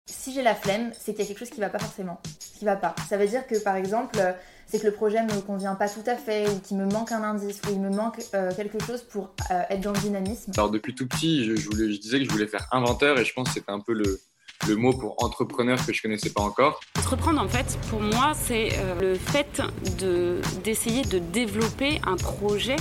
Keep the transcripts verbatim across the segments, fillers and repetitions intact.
Si j'ai la flemme, c'est qu'il y a quelque chose qui va pas forcément, qui va pas. Ça veut dire que par exemple, euh, c'est que le projet me convient pas tout à fait, ou qu'il me manque un indice, ou il me manque euh, quelque chose pour euh, être dans le dynamisme. Alors depuis tout petit, je, je, voulais, je disais que je voulais faire inventeur et je pense que c'était un peu le, le mot pour entrepreneur que je connaissais pas encore. Entreprendre, en fait, pour moi, c'est euh, le fait de, d'essayer de développer un projet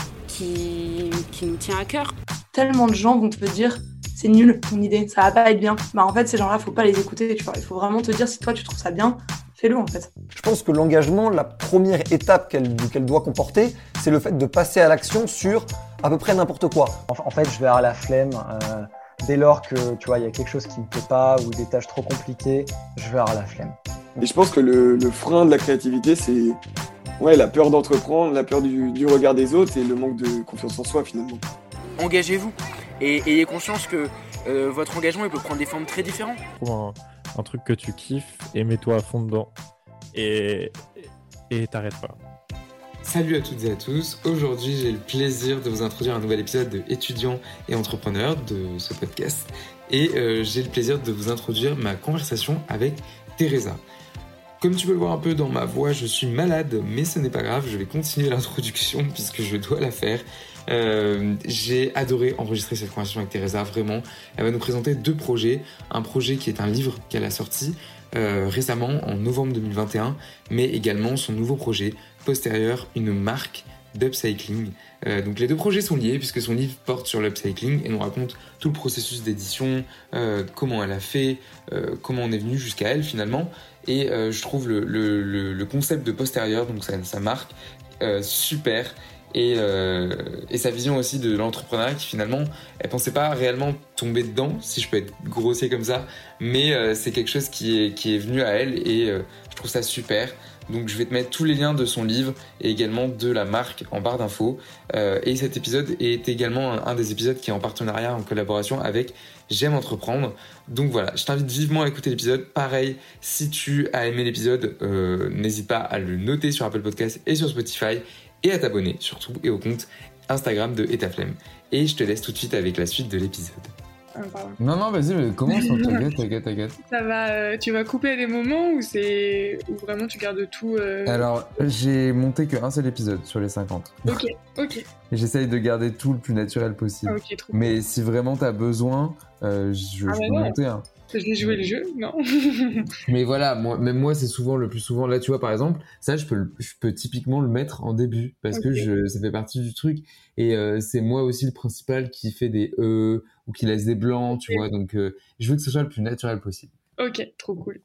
qui, qui nous tient à cœur. Tellement de gens vont te dire c'est nul ton idée, ça va pas être bien. Bah en fait ces gens-là faut pas les écouter, tu vois. Il faut vraiment te dire si toi tu trouves ça bien, fais-le en fait. Je pense que l'engagement, la première étape qu'elle, qu'elle doit comporter, c'est le fait de passer à l'action sur à peu près n'importe quoi. En fait, je vais avoir la flemme. Euh, dès lors que tu vois il y a quelque chose qui me plaît pas ou des tâches trop compliquées, je vais avoir la flemme. Et je pense que le, le frein de la créativité, c'est ouais, la peur d'entreprendre, la peur du, du regard des autres et le manque de confiance en soi finalement. Engagez-vous et ayez conscience que euh, votre engagement il peut prendre des formes très différentes. Trouve un, un truc que tu kiffes et mets-toi à fond dedans et, et t'arrêtes pas. Salut à toutes et à tous, aujourd'hui j'ai le plaisir de vous introduire un nouvel épisode de Étudiants et Entrepreneurs de ce podcast et euh, j'ai le plaisir de vous introduire ma conversation avec Teresa. Comme tu peux le voir un peu dans ma voix, je suis malade, mais ce n'est pas grave, je vais continuer l'introduction puisque je dois la faire. Euh, j'ai adoré enregistrer cette conversation avec Teresa, vraiment. Elle va nous présenter deux projets. Un projet qui est un livre qu'elle a sorti euh, récemment, en novembre deux mille vingt et un, mais également son nouveau projet, Postérieur, une marque d'upcycling. Euh, donc les deux projets sont liés puisque son livre porte sur l'upcycling et nous raconte tout le processus d'édition, euh, comment elle a fait, euh, comment on est venu jusqu'à elle finalement. Et euh, je trouve le, le, le, le concept de Postérieur, donc sa, sa marque, euh, super. Et, euh, et sa vision aussi de l'entrepreneuriat qui finalement, elle pensait pas réellement tomber dedans, si je peux être grossier comme ça, mais euh, c'est quelque chose qui est, qui est venu à elle et euh, je trouve ça super. Donc je vais te mettre tous les liens de son livre et également de la marque en barre d'infos. Euh, et cet épisode est également un, un des épisodes qui est en partenariat, en collaboration avec J'aime entreprendre. Donc voilà, je t'invite vivement à écouter l'épisode. Pareil, si tu as aimé l'épisode, euh, n'hésite pas à le noter sur Apple Podcasts et sur Spotify et à t'abonner surtout et au compte Instagram de Et ta flemme. Et je te laisse tout de suite avec la suite de l'épisode. Ah, pardon. Non, non, vas-y, mais commence, t'inquiète, t'inquiète, t'inquiète. Ça va, euh, tu vas couper des moments ou c'est ou vraiment tu gardes tout euh... Alors, j'ai monté qu'un seul épisode sur les cinquante. Ok, ok. Et j'essaye de garder tout le plus naturel possible. Ah, ok, trop mais cool. Si vraiment t'as besoin, euh, je, ah, je bah peux non. monter un. Hein. Je vais jouer le jeu, non. Mais voilà, moi, même moi, c'est souvent le plus souvent. Là, tu vois, par exemple, ça, je peux, le, je peux typiquement le mettre en début parce okay. que je, ça fait partie du truc. Et euh, c'est moi aussi le principal qui fait des E ou qui laisse des blancs, okay. tu vois. Donc, euh, je veux que ce soit le plus naturel possible. Ok, trop cool.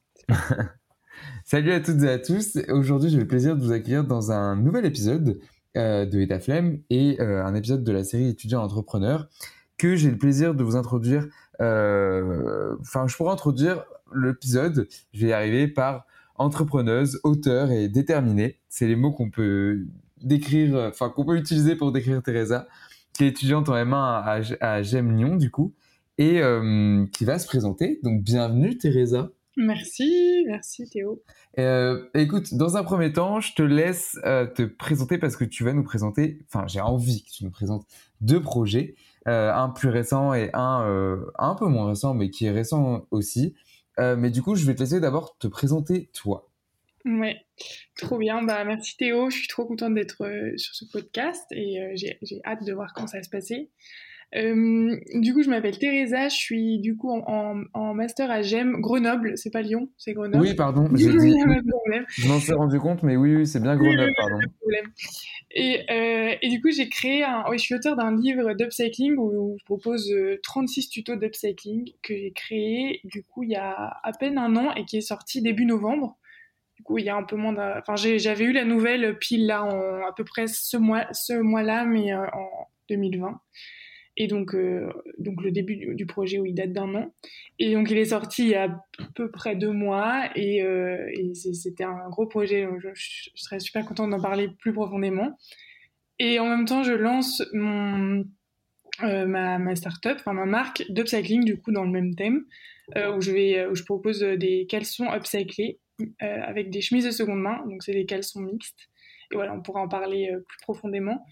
Salut à toutes et à tous. Aujourd'hui, j'ai le plaisir de vous accueillir dans un nouvel épisode euh, de Et ta flemme et euh, un épisode de la série Étudiants entrepreneurs que j'ai le plaisir de vous introduire. Enfin, euh, je pourrais introduire l'épisode, je vais y arriver, par entrepreneuse, auteur et déterminée. C'est les mots qu'on peut décrire, enfin qu'on peut utiliser pour décrire Teresa, qui est étudiante en M un à, à, à J'aime Lyon du coup, et euh, qui va se présenter. Donc bienvenue Teresa. Merci, merci Théo. Euh, écoute, dans un premier temps, je te laisse euh, te présenter parce que tu vas nous présenter, enfin j'ai envie que tu nous présentes deux projets. Euh, un plus récent et un euh, un peu moins récent, mais qui est récent aussi. Euh, mais du coup, je vais te laisser d'abord te présenter toi. Ouais, trop bien. Bah, merci Théo, je suis trop contente d'être euh, sur ce podcast et euh, j'ai, j'ai hâte de voir comment ça va se passer. Euh, du coup, je m'appelle Teresa, je suis du coup en, en, en master à Gem, Grenoble, c'est pas Lyon, c'est Grenoble. Oui, pardon, j'ai dit. Je m'en suis rendu compte, mais oui, oui, c'est bien Grenoble, pardon. Pas de problème. Et, euh, et du coup, j'ai créé un. Oui, je suis auteur d'un livre d'upcycling où je propose trente-six tutos d'upcycling que j'ai créé du coup il y a à peine un an et qui est sorti début novembre. Du coup, il y a un peu moins d'un. Enfin, j'ai, j'avais eu la nouvelle pile là en à peu près ce mois, ce mois-là, mais euh, en deux mille vingt. Et donc, euh, donc le début du, du projet où il date d'un an. Et donc il est sorti il y a à peu près deux mois et, euh, et c'est, c'était un gros projet. Donc je, je serais super contente d'en parler plus profondément. Et en même temps, je lance mon, euh, ma, ma start-up, enfin ma marque d'upcycling du coup dans le même thème, euh, où, je vais, où je propose des caleçons upcyclés euh, avec des chemises de seconde main. Donc c'est des caleçons mixtes. Et voilà, on pourra en parler euh, plus profondément.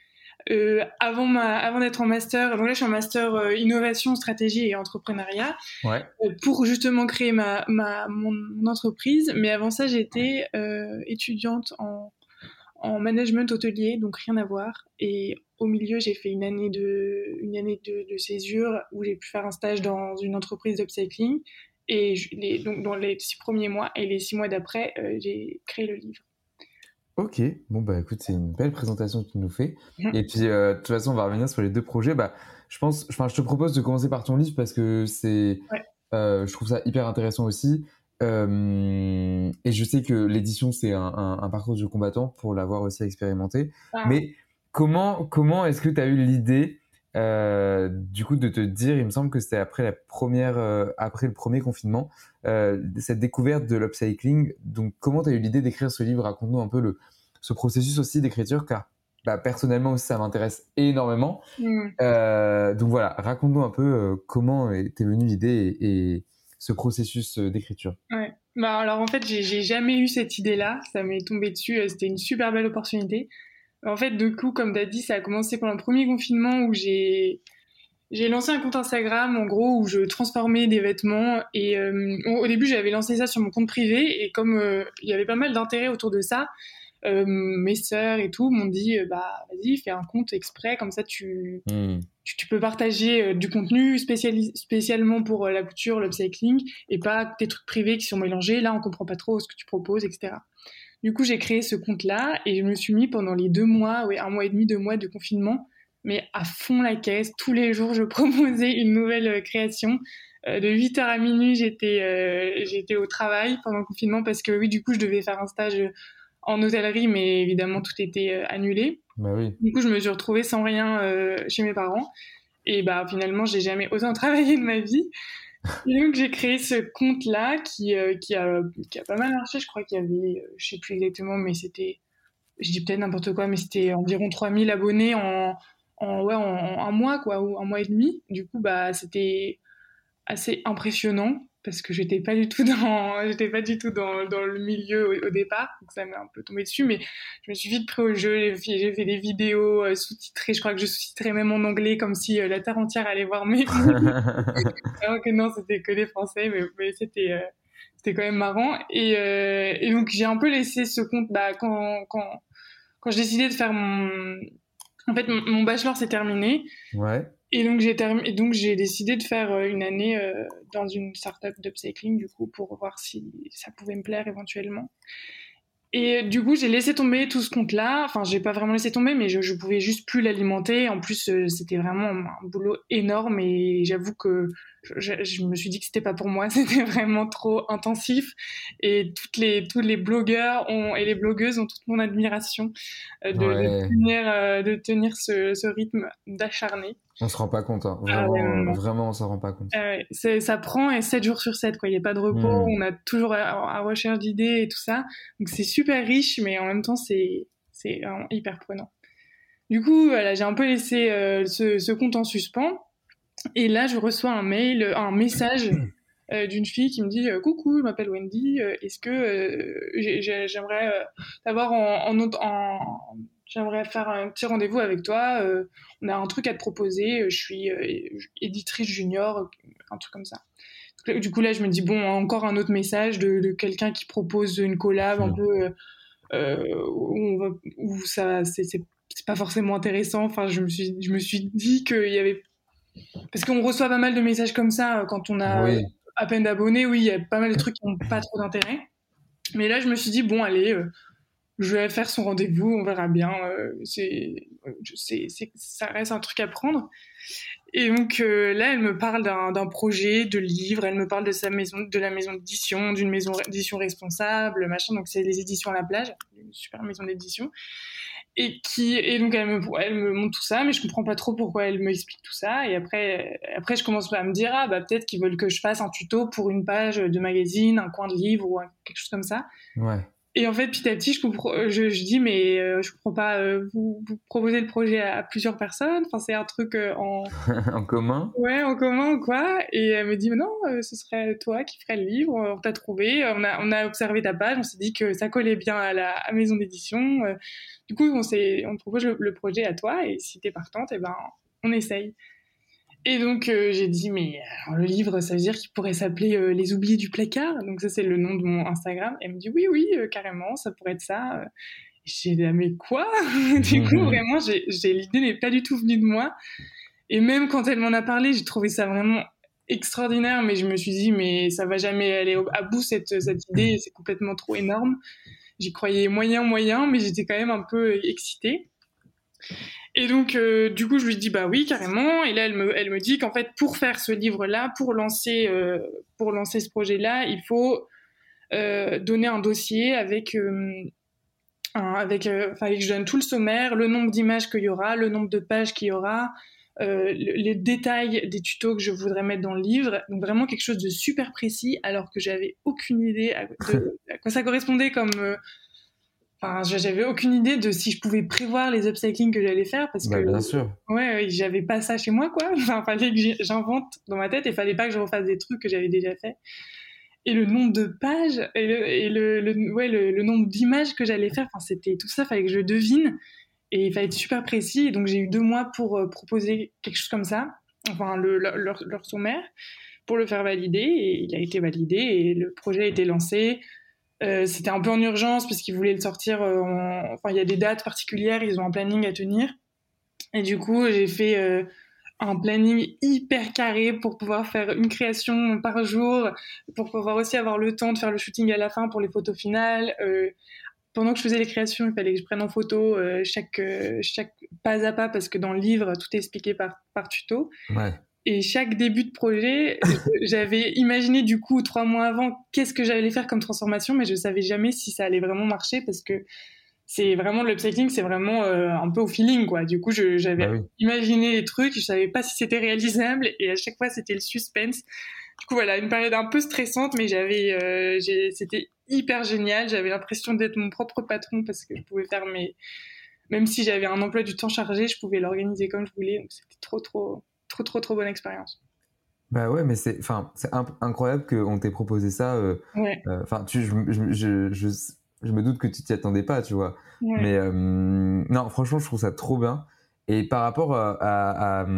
Euh, avant, ma, avant d'être en master, donc là je suis en master euh, innovation, stratégie et entrepreneuriat, ouais. euh, pour justement créer ma, ma, mon, mon entreprise. Mais avant ça, j'étais euh, étudiante en, en management hôtelier, donc rien à voir. Et au milieu, j'ai fait une année de, une année de, de césure où j'ai pu faire un stage dans une entreprise d'upcycling. Et je, les, donc dans les six premiers mois et les six mois d'après, euh, j'ai créé le livre. Ok, bon bah écoute, c'est une belle présentation que tu nous fais. Mmh. Et puis euh, de toute façon, on va revenir sur les deux projets. Bah, je pense, enfin, je te propose de commencer par ton livre parce que c'est, ouais. euh, je trouve ça hyper intéressant aussi. Euh, et je sais que l'édition c'est un, un, un parcours du combattant pour l'avoir aussi expérimenté. Ah. Mais comment, comment est-ce que tu as eu l'idée euh, du coup de te dire, il me semble que c'était après la première, euh, après le premier confinement, euh, cette découverte de l'upcycling. Donc comment tu as eu l'idée d'écrire ce livre? Raconte-nous un peu le, ce processus aussi d'écriture, car bah, personnellement aussi ça m'intéresse énormément. Mm. Euh, donc voilà, raconte-nous un peu euh, comment t'es venue l'idée et, et ce processus d'écriture. Ouais. Bah alors en fait j'ai, j'ai jamais eu cette idée-là, ça m'est tombé dessus, c'était une super belle opportunité. En fait, du coup, comme t'as dit, ça a commencé pendant le premier confinement où j'ai j'ai lancé un compte Instagram, en gros, où je transformais des vêtements. Et euh, au début, j'avais lancé ça sur mon compte privé. Et comme euh, il y avait pas mal d'intérêt autour de ça, euh, mes sœurs et tout m'ont dit, euh, bah vas-y, fais un compte exprès, comme ça tu mmh. tu, tu peux partager euh, du contenu spéciali- spécialement pour euh, la couture, l'upcycling, et pas tes trucs privés qui sont mélangés. Là, on comprend pas trop ce que tu proposes, et cetera. Du coup, j'ai créé ce compte-là et je me suis mis pendant les deux mois, ouais, un mois et demi, deux mois de confinement, mais à fond la caisse. Tous les jours, je proposais une nouvelle euh, création. Euh, de huit heures à minuit, j'étais, euh, j'étais au travail pendant le confinement parce que oui, du coup, je devais faire un stage en hôtellerie, mais évidemment, tout était euh, annulé. Bah oui. Du coup, je me suis retrouvée sans rien euh, chez mes parents. Et bah, finalement, j'ai jamais autant travaillé de ma vie. Et donc j'ai créé ce compte-là qui, euh, qui, a, qui a pas mal marché. Je crois qu'il y avait, euh, je sais plus exactement, mais c'était, je dis peut-être n'importe quoi, mais c'était environ trois mille abonnés en, en, ouais, en, en un mois, quoi, ou un mois et demi. Du coup, bah, c'était assez impressionnant parce que j'étais pas du tout dans, j'étais pas du tout dans, dans le milieu au, au départ. Donc ça m'a un peu tombé dessus, mais je me suis vite pris au jeu. J'ai fait, j'ai fait des vidéos euh, sous-titrées. Je crois que je sous-titrais même en anglais comme si euh, la terre entière allait voir mes alors que non, c'était que des français, mais, mais c'était, euh, c'était quand même marrant. Et, euh, et donc j'ai un peu laissé ce compte, bah, quand, quand, quand j'ai décidé de faire mon, en fait, mon, mon bachelor s'est terminé. Ouais. Et donc j'ai terminé, et donc j'ai décidé de faire une année euh, dans une startup d'upcycling du coup pour voir si ça pouvait me plaire éventuellement. Et du coup j'ai laissé tomber tout ce compte-là. Enfin j'ai pas vraiment laissé tomber, mais je, je pouvais juste plus l'alimenter. En plus euh, c'était vraiment un boulot énorme et j'avoue que je, je me suis dit que c'était pas pour moi. C'était vraiment trop intensif et toutes les tous les blogueurs ont, et les blogueuses ont toute mon admiration euh, de, ouais. de tenir euh, de tenir ce, ce rythme d'acharné. On se rend pas compte, hein. Vraiment, ah ouais, euh, vraiment, on s'en rend pas compte. Euh, c'est, ça prend sept jours sur sept, quoi. Il n'y a pas de repos, mmh. On a toujours à, à recherche d'idées et tout ça. Donc c'est super riche, mais en même temps, c'est, c'est hyper prenant. Du coup, voilà, j'ai un peu laissé euh, ce, ce compte en suspens. Et là, je reçois un mail, un message euh, d'une fille qui me dit euh, « Coucou, je m'appelle Wendy, euh, est-ce que euh, j'ai, j'ai, j'aimerais euh, t'avoir en... en, en, en J'aimerais faire un petit rendez-vous avec toi. Euh, on a un truc à te proposer. Je suis euh, éditrice junior, un truc comme ça. Du coup, là, je me dis, bon, encore un autre message de, de quelqu'un qui propose une collab un peu euh, où, on va, où ça, c'est, c'est, c'est pas forcément intéressant. Enfin, je me suis, je me suis dit qu'il y avait... Parce qu'on reçoit pas mal de messages comme ça quand on a oui. à peine d'abonnés. Oui, il y a pas mal de trucs qui n'ont pas trop d'intérêt. Mais là, je me suis dit, bon, allez... Euh, je vais faire son rendez-vous, on verra bien. Euh, c'est, c'est, c'est, ça reste un truc à prendre. Et donc euh, là, elle me parle d'un, d'un projet de livre, elle me parle de sa maison, de la maison d'édition, d'une maison d'édition responsable, machin. Donc c'est les éditions à la plage, une super maison d'édition. Et qui, et donc elle me, elle me montre tout ça, mais je comprends pas trop pourquoi elle me explique tout ça. Et après, après je commence à me dire ah bah peut-être qu'ils veulent que je fasse un tuto pour une page de magazine, un coin de livre ou un, quelque chose comme ça. Ouais. Et en fait, petit à petit, je, compre- je, je dis, mais euh, je comprends pas, euh, vous, vous proposez le projet à, à plusieurs personnes, enfin, c'est un truc euh, en... En commun? Ouais, en commun ou quoi. Et elle me dit, mais non, euh, ce serait toi qui ferais le livre, on t'a trouvé, on a, on a observé ta page, on s'est dit que ça collait bien à la à maison d'édition. Euh, du coup, on, s'est, on te propose le, le projet à toi, et si t'es partante, eh ben, on essaye. Et donc, euh, j'ai dit, mais alors, le livre, ça veut dire qu'il pourrait s'appeler euh, Les Oubliés du placard. Donc, ça, c'est le nom de mon Instagram. Elle me dit, oui, oui, euh, carrément, ça pourrait être ça. J'ai dit, ah, mais quoi? Du coup, vraiment, j'ai, j'ai, l'idée n'est pas du tout venue de moi. Et même quand elle m'en a parlé, j'ai trouvé ça vraiment extraordinaire. Mais je me suis dit, mais ça va jamais aller au, à bout, cette, cette idée. C'est complètement trop énorme. J'y croyais moyen, moyen, mais j'étais quand même un peu excitée. Et donc, euh, du coup, je lui dis bah oui, carrément. Et là, elle me, elle me dit qu'en fait, pour faire ce livre-là, pour lancer, euh, pour lancer ce projet-là, il faut euh, donner un dossier avec, euh, un, avec, euh, enfin, que je donne tout le sommaire, le nombre d'images qu'il y aura, le nombre de pages qu'il y aura, euh, le, les détails des tutos que je voudrais mettre dans le livre. Donc vraiment quelque chose de super précis, alors que j'avais aucune idée à, de, à quoi ça correspondait comme euh, Enfin, j'avais aucune idée de si je pouvais prévoir les upcycling que j'allais faire parce Bah, que bien sûr. ouais, ouais, j'avais pas ça chez moi quoi. Enfin, fallait que j'invente dans ma tête et fallait pas que je refasse des trucs que j'avais déjà fait. Et le nombre de pages et le, et le, le ouais le, le nombre d'images que j'allais faire, enfin c'était tout ça, fallait que je devine et il fallait être super précis. Et donc j'ai eu deux mois pour euh, proposer quelque chose comme ça, enfin le, leur, leur, leur sommaire pour le faire valider et il a été validé et le projet a été lancé. Euh, c'était un peu en urgence parce qu'ils voulaient le sortir. Euh, en... Enfin, il y a des dates particulières, ils ont un planning à tenir. Et du coup, j'ai fait euh, un planning hyper carré pour pouvoir faire une création par jour, pour pouvoir aussi avoir le temps de faire le shooting à la fin pour les photos finales. Euh, pendant que je faisais les créations, il fallait que je prenne en photo euh, chaque, euh, chaque pas à pas parce que dans le livre, tout est expliqué par, par tuto. Ouais. Et chaque début de projet, j'avais imaginé du coup trois mois avant qu'est-ce que j'allais faire comme transformation, mais je savais jamais si ça allait vraiment marcher parce que c'est vraiment l'upcycling, c'est vraiment euh, un peu au feeling quoi. Du coup, je, j'avais bah oui. imaginé les trucs, je savais pas si c'était réalisable et à chaque fois c'était le suspense. Du coup voilà, une période un peu stressante, mais j'avais, euh, j'ai, c'était hyper génial. J'avais l'impression d'être mon propre patron parce que je pouvais faire mes, même si j'avais un emploi du temps chargé, je pouvais l'organiser comme je voulais. Donc c'était trop trop trop trop trop bonne expérience. Bah ouais, mais c'est enfin c'est imp- incroyable qu'on t'ait proposé ça. Enfin, ouais. euh, tu je, je, je, je, je me doute que tu t'y attendais pas, tu vois. Ouais. Mais euh, non, franchement, je trouve ça trop bien. Et par rapport à, à, à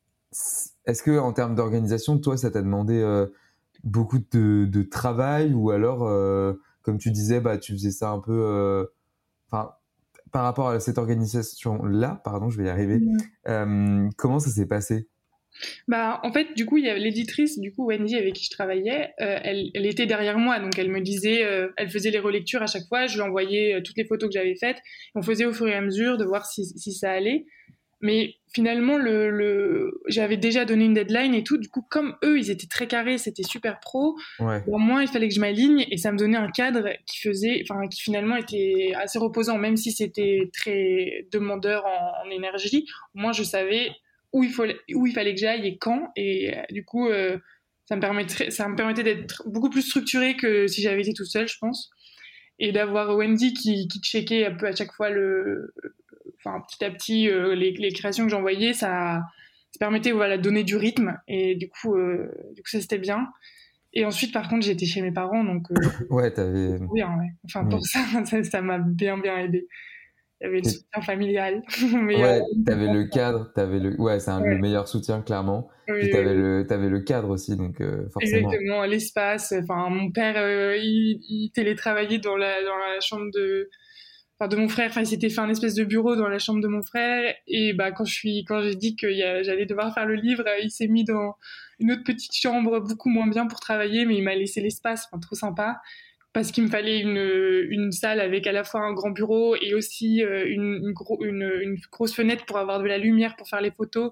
est-ce que en termes d'organisation, toi, ça t'a demandé euh, beaucoup de, de travail ou alors, euh, comme tu disais, bah tu faisais ça un peu. Enfin. Euh, par rapport à cette organisation-là, pardon, je vais y arriver. Mmh. Euh, comment ça s'est passé ? Bah, en fait, du coup, il y avait l'éditrice, du coup, Wendy, avec qui je travaillais, euh, elle, elle était derrière moi, donc elle me disait, euh, elle faisait les relectures à chaque fois, je lui envoyais euh, toutes les photos que j'avais faites, on faisait au fur et à mesure de voir si, si ça allait. Mais finalement, le, le... j'avais déjà donné une deadline et tout. Du coup, comme eux, ils étaient très carrés, c'était super pro. Ouais. Au moins, il fallait que je m'aligne et ça me donnait un cadre qui faisait, enfin, qui finalement était assez reposant, même si c'était très demandeur en, en énergie. Au moins, je savais où il fallait, où il fallait que j'aille et quand. Et euh, du coup, euh, ça me permettait, ça me permettait d'être beaucoup plus structurée que si j'avais été toute seule, je pense. Et d'avoir Wendy qui, qui checkait un peu à chaque fois le, enfin petit à petit euh, les, les créations que j'envoyais, ça, ça permettait voilà de donner du rythme et du coup, euh, du coup ça c'était bien. Et ensuite par contre j'étais chez mes parents donc euh, ouais t'avais bien ouais. Enfin pour mmh. ça, ça ça m'a bien bien aidé. Il y avait le soutien familial. Mais ouais, euh, t'avais le cadre, t'avais le, ouais, c'est un, ouais. le meilleur soutien clairement. Oui, Puis t'avais oui. le, t'avais le cadre aussi, donc euh, forcément. Exactement, l'espace. Enfin, mon père, euh, il, il télétravaillait dans la dans la chambre de, enfin, de mon frère. Enfin, il s'était fait un espèce de bureau dans la chambre de mon frère. Et bah, quand je suis, quand j'ai dit que y a, j'allais devoir faire le livre, il s'est mis dans une autre petite chambre beaucoup moins bien pour travailler, mais il m'a laissé l'espace. Enfin, trop sympa. Parce qu'il me fallait une, une salle avec à la fois un grand bureau et aussi une, une, gros, une, une grosse fenêtre pour avoir de la lumière pour faire les photos.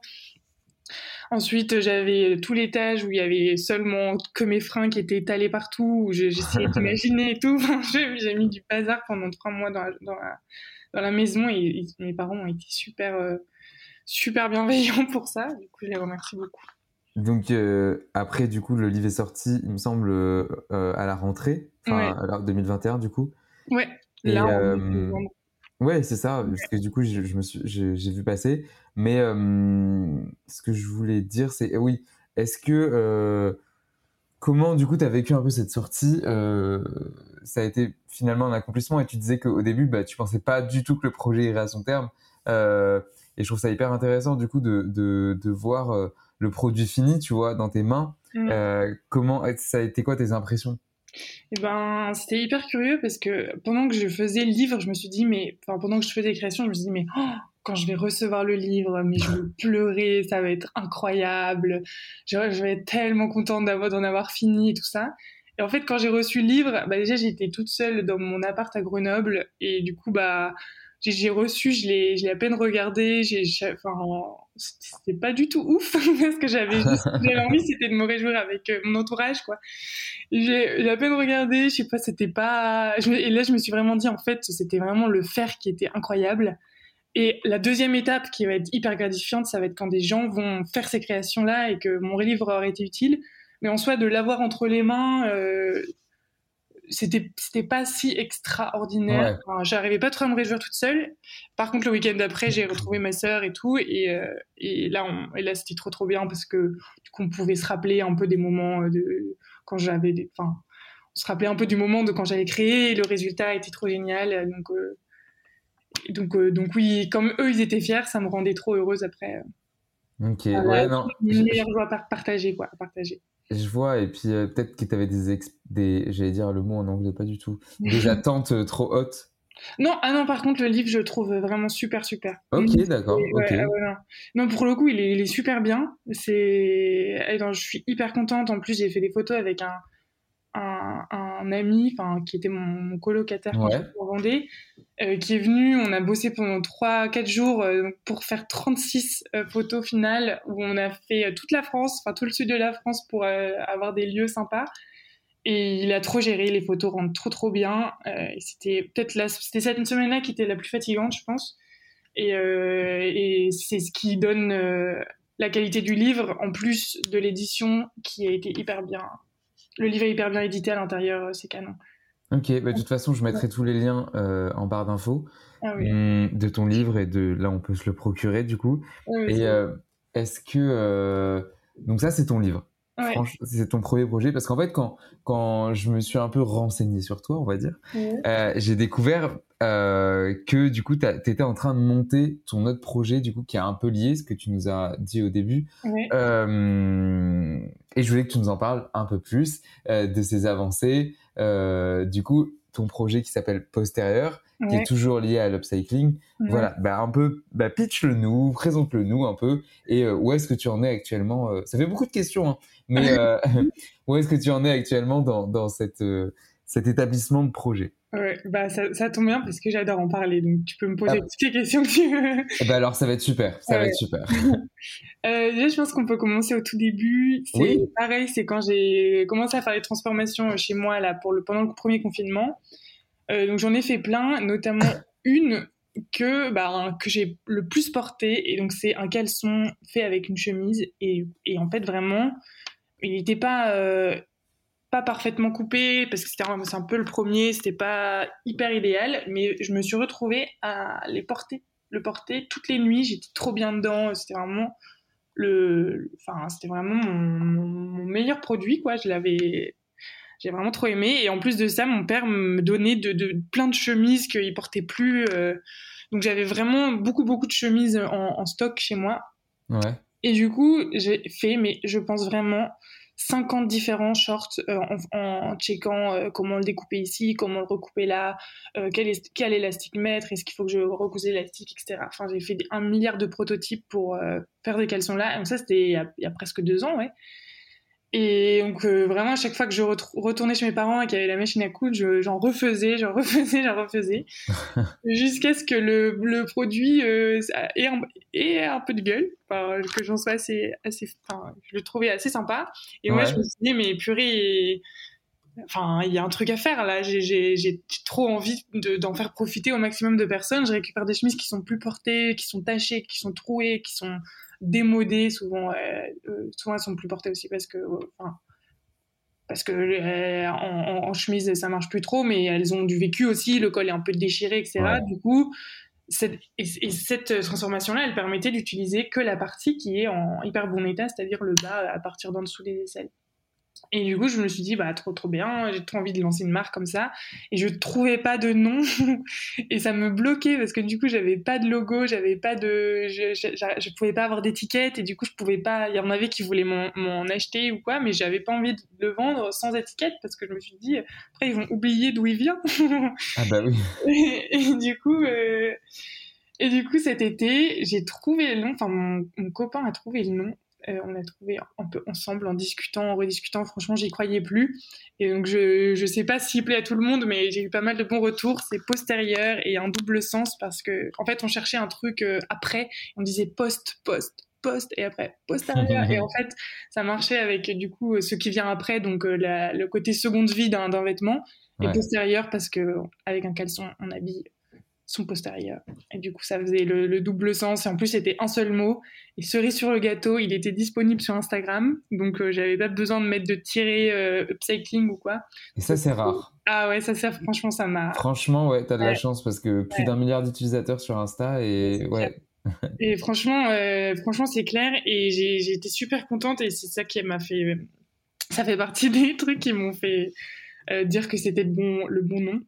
Ensuite, j'avais tout l'étage où il y avait seulement que mes fringues qui étaient étalés partout, où j'essayais d'imaginer et tout. J'ai mis du bazar pendant trois mois dans la, dans la, dans la maison et, et mes parents ont été super, euh, super bienveillants pour ça. Du coup, je les remercie beaucoup. Donc euh, après, du coup, le livre est sorti, il me semble, euh, à la rentrée, enfin ouais. Alors deux mille vingt et un du coup. Ouais, Et, là, on euh, peut vendre. ouais, c'est ça, parce que du coup, je, je me suis, j'ai, j'ai vu passer. Mais euh, ce que je voulais dire, c'est, oui, est-ce que, euh, comment, du coup, tu as vécu un peu cette sortie euh, ça a été finalement un accomplissement et tu disais qu'au début, bah, tu pensais pas du tout que le projet irait à son terme. Euh, et je trouve ça hyper intéressant, du coup, de, de, de voir euh, le produit fini, tu vois, dans tes mains. Mm. Euh, comment, ça a été quoi tes impressions? Et ben, c'était hyper curieux parce que pendant que je faisais le livre, je me suis dit, mais, enfin, pendant que je faisais des créations, je me suis dit, mais oh, quand je vais recevoir le livre, mais je vais pleurer, ça va être incroyable. Je, je vais être tellement contente d'avoir, d'en avoir fini et tout ça. Et en fait, quand j'ai reçu le livre, bah, déjà, j'étais toute seule dans mon appart à Grenoble et du coup, bah, j'ai, j'ai reçu, je l'ai, je l'ai à peine regardé, j'ai, j'ai- enfin, c'était pas du tout ouf parce que j'avais juste, j'avais envie, c'était de me réjouir avec euh, mon entourage, quoi. J'ai, j'ai à peine regardé, je sais pas, c'était pas. Je me- et là, je me suis vraiment dit, en fait, c'était vraiment le faire qui était incroyable. Et la deuxième étape qui va être hyper gratifiante, ça va être quand des gens vont faire ces créations-là et que mon livre aurait été utile. Mais en soi, de l'avoir entre les mains, euh, c'était, c'était pas si extraordinaire. Ouais. Enfin, j'arrivais pas trop à me réjouir toute seule. Par contre, le week-end d'après, j'ai retrouvé ma sœur et tout. Et, euh, et là, on, et là, c'était trop trop bien parce que du coup, on pouvait se rappeler un peu des moments de quand j'avais des. Enfin, on se rappelait un peu du moment de quand j'avais créé. Et le résultat était trop génial. Donc, euh, donc, euh, donc oui, comme eux, ils étaient fiers, ça me rendait trop heureuse après. Ok, Voilà, ouais, non. une je- meilleure joie à partager, quoi, à partager. Je vois, et puis euh, peut-être que tu avais des, ex- des, j'allais dire le mot en anglais, pas du tout, des attentes euh, trop hautes. Non, ah non, par contre, le livre, je le trouve vraiment super, super. Ok, Mm, d'accord, c'est- ok. ouais, ah ouais, non. Non, pour le coup, il est, il est super bien. C'est, eh ben, je suis hyper contente. En plus, j'ai fait des photos avec un, un, un ami, enfin, qui était mon, mon colocataire quand Ouais. j'étais en Vendée, euh, qui est venu. On a bossé pendant trois quatre jours euh, pour faire trente-six euh, photos finales où on a fait euh, toute la France, enfin tout le sud de la France pour euh, avoir des lieux sympas. Et il a trop géré, les photos rendent trop trop bien. Euh, et c'était peut-être la, c'était cette semaine-là qui était la plus fatigante, je pense. Et, euh, et c'est ce qui donne euh, la qualité du livre, en plus de l'édition qui a été hyper bien. Le livre est hyper bien édité à l'intérieur, euh, c'est canon. Ok, bah, de toute façon, je mettrai tous les liens euh, en barre d'infos Ah oui. hum, de ton livre et de là, on peut se le procurer du coup. Ouais, Et c'est- euh, est-ce que euh, donc ça, c'est ton livre. Ouais. Franchement, c'est ton premier projet parce qu'en fait, quand quand je me suis un peu renseigné sur toi, on va dire, Ouais. euh, j'ai découvert euh, que du coup, tu étais en train de monter ton autre projet du coup qui est un peu lié, ce que tu nous as dit au début. Ouais. Euh, et je voulais que tu nous en parles un peu plus euh, de ces avancées. Euh, du coup, ton projet qui s'appelle Postérieur, qui Ouais. est toujours lié à l'upcycling. Ouais. Voilà, bah un peu, bah pitch-le nous, présente-le nous un peu, et euh, où est-ce que tu en es actuellement euh, Ça fait beaucoup de questions, hein, mais euh, où est-ce que tu en es actuellement dans, dans cette, euh, cet établissement de projet? Ouais, bah ça, ça tombe bien parce que j'adore en parler, donc tu peux me poser Ah. toutes les questions que tu veux. Eh ben alors ça va être super, ça va Ouais. être super. Euh, déjà, je pense qu'on peut commencer au tout début. C'est Oui. pareil, c'est quand j'ai commencé à faire les transformations chez moi là pour le pendant le premier confinement. Euh, donc j'en ai fait plein, notamment une que bah, que j'ai le plus portée, et donc c'est un caleçon fait avec une chemise, et, et en fait vraiment, il n'était pas euh, pas parfaitement coupé parce que c'était un, c'est un peu le premier, c'était pas hyper idéal, mais je me suis retrouvée à les porter, le porter toutes les nuits. J'étais trop bien dedans, c'était vraiment le, enfin c'était vraiment mon, mon, mon meilleur produit, quoi. Je l'avais j'ai vraiment trop aimé. Et en plus de ça, mon père me donnait de, de, plein de chemises qu'il portait plus. Euh, donc j'avais vraiment beaucoup, beaucoup de chemises en, en stock chez moi. Ouais. Et du coup, j'ai fait, mais je pense vraiment, cinquante différents shorts euh, en, en checkant euh, comment le découper ici, comment le recouper là, euh, quel, est, quel élastique mettre, est-ce qu'il faut que je recouse l'élastique, et cetera. Enfin, j'ai fait un milliard de prototypes pour euh, faire des caleçons là. Donc ça, c'était il y a, il y a presque deux ans, ouais. Et donc euh, vraiment à chaque fois que je re- retournais chez mes parents et qu'il y avait la machine à coudre, je, j'en refaisais, j'en refaisais, j'en refaisais, jusqu'à ce que le, le produit euh, ait, un, ait un peu de gueule, enfin, que j'en sois assez, assez, enfin, je le trouvais assez sympa. Et moi Ouais. je me suis dit mais purée, enfin il y a un truc à faire là, j'ai, j'ai, j'ai trop envie de, d'en faire profiter au maximum de personnes. Je récupère des chemises qui sont plus portées, qui sont tachées, qui sont trouées, qui sont démodées, souvent, euh, euh, souvent elles sont plus portées aussi parce que, enfin, parce que euh, en, en chemise ça marche plus trop, mais elles ont du vécu aussi, le col est un peu déchiré, et cetera. Ouais. Du coup, cette, et, et cette transformation-là, elle permettait d'utiliser que la partie qui est en hyper bon état, c'est-à-dire le bas à partir d'en dessous des aisselles. Et du coup, je me suis dit, bah, trop, trop bien, j'ai trop envie de lancer une marque comme ça. Et je trouvais pas de nom. Et ça me bloquait parce que du coup, j'avais pas de logo, j'avais pas de, je, je, je, je pouvais pas avoir d'étiquette. Et du coup, je pouvais pas, il y en avait qui voulaient m'en, m'en acheter ou quoi, mais j'avais pas envie de le vendre sans étiquette parce que je me suis dit, après, ils vont oublier d'où il vient. Ah bah oui. Et, et du coup, euh, et du coup, cet été, j'ai trouvé le nom, enfin, mon, mon copain a trouvé le nom. Euh, on a trouvé un peu ensemble en discutant, en rediscutant. Franchement, j'y croyais plus. Et donc, je je sais pas s'il plaît à tout le monde, mais j'ai eu pas mal de bons retours. C'est postérieur et un double sens parce que, en fait, on cherchait un truc euh, après. On disait post, post, post et après postérieur. Et en fait, ça marchait avec du coup ce qui vient après, donc euh, la, le côté seconde vie d'un, d'un vêtement. Et ouais. Postérieur parce que avec un caleçon, on habille son postérieur. Et du coup, ça faisait le, le double sens. Et en plus, c'était un seul mot. Et cerise sur le gâteau, il était disponible sur Instagram. Donc, euh, j'avais pas besoin de mettre de tiret euh, upcycling ou quoi. Et ça, c'est rare. Ah ouais, ça, ça franchement, ça m'a... Franchement, ouais, t'as de ouais. la chance parce que plus ouais. d'un milliard d'utilisateurs sur Insta et ouais. Et franchement, euh, franchement, c'est clair. Et j'ai, j'ai été super contente. Et c'est ça qui m'a fait... Ça fait partie des trucs qui m'ont fait euh, dire que c'était le bon, le bon nom.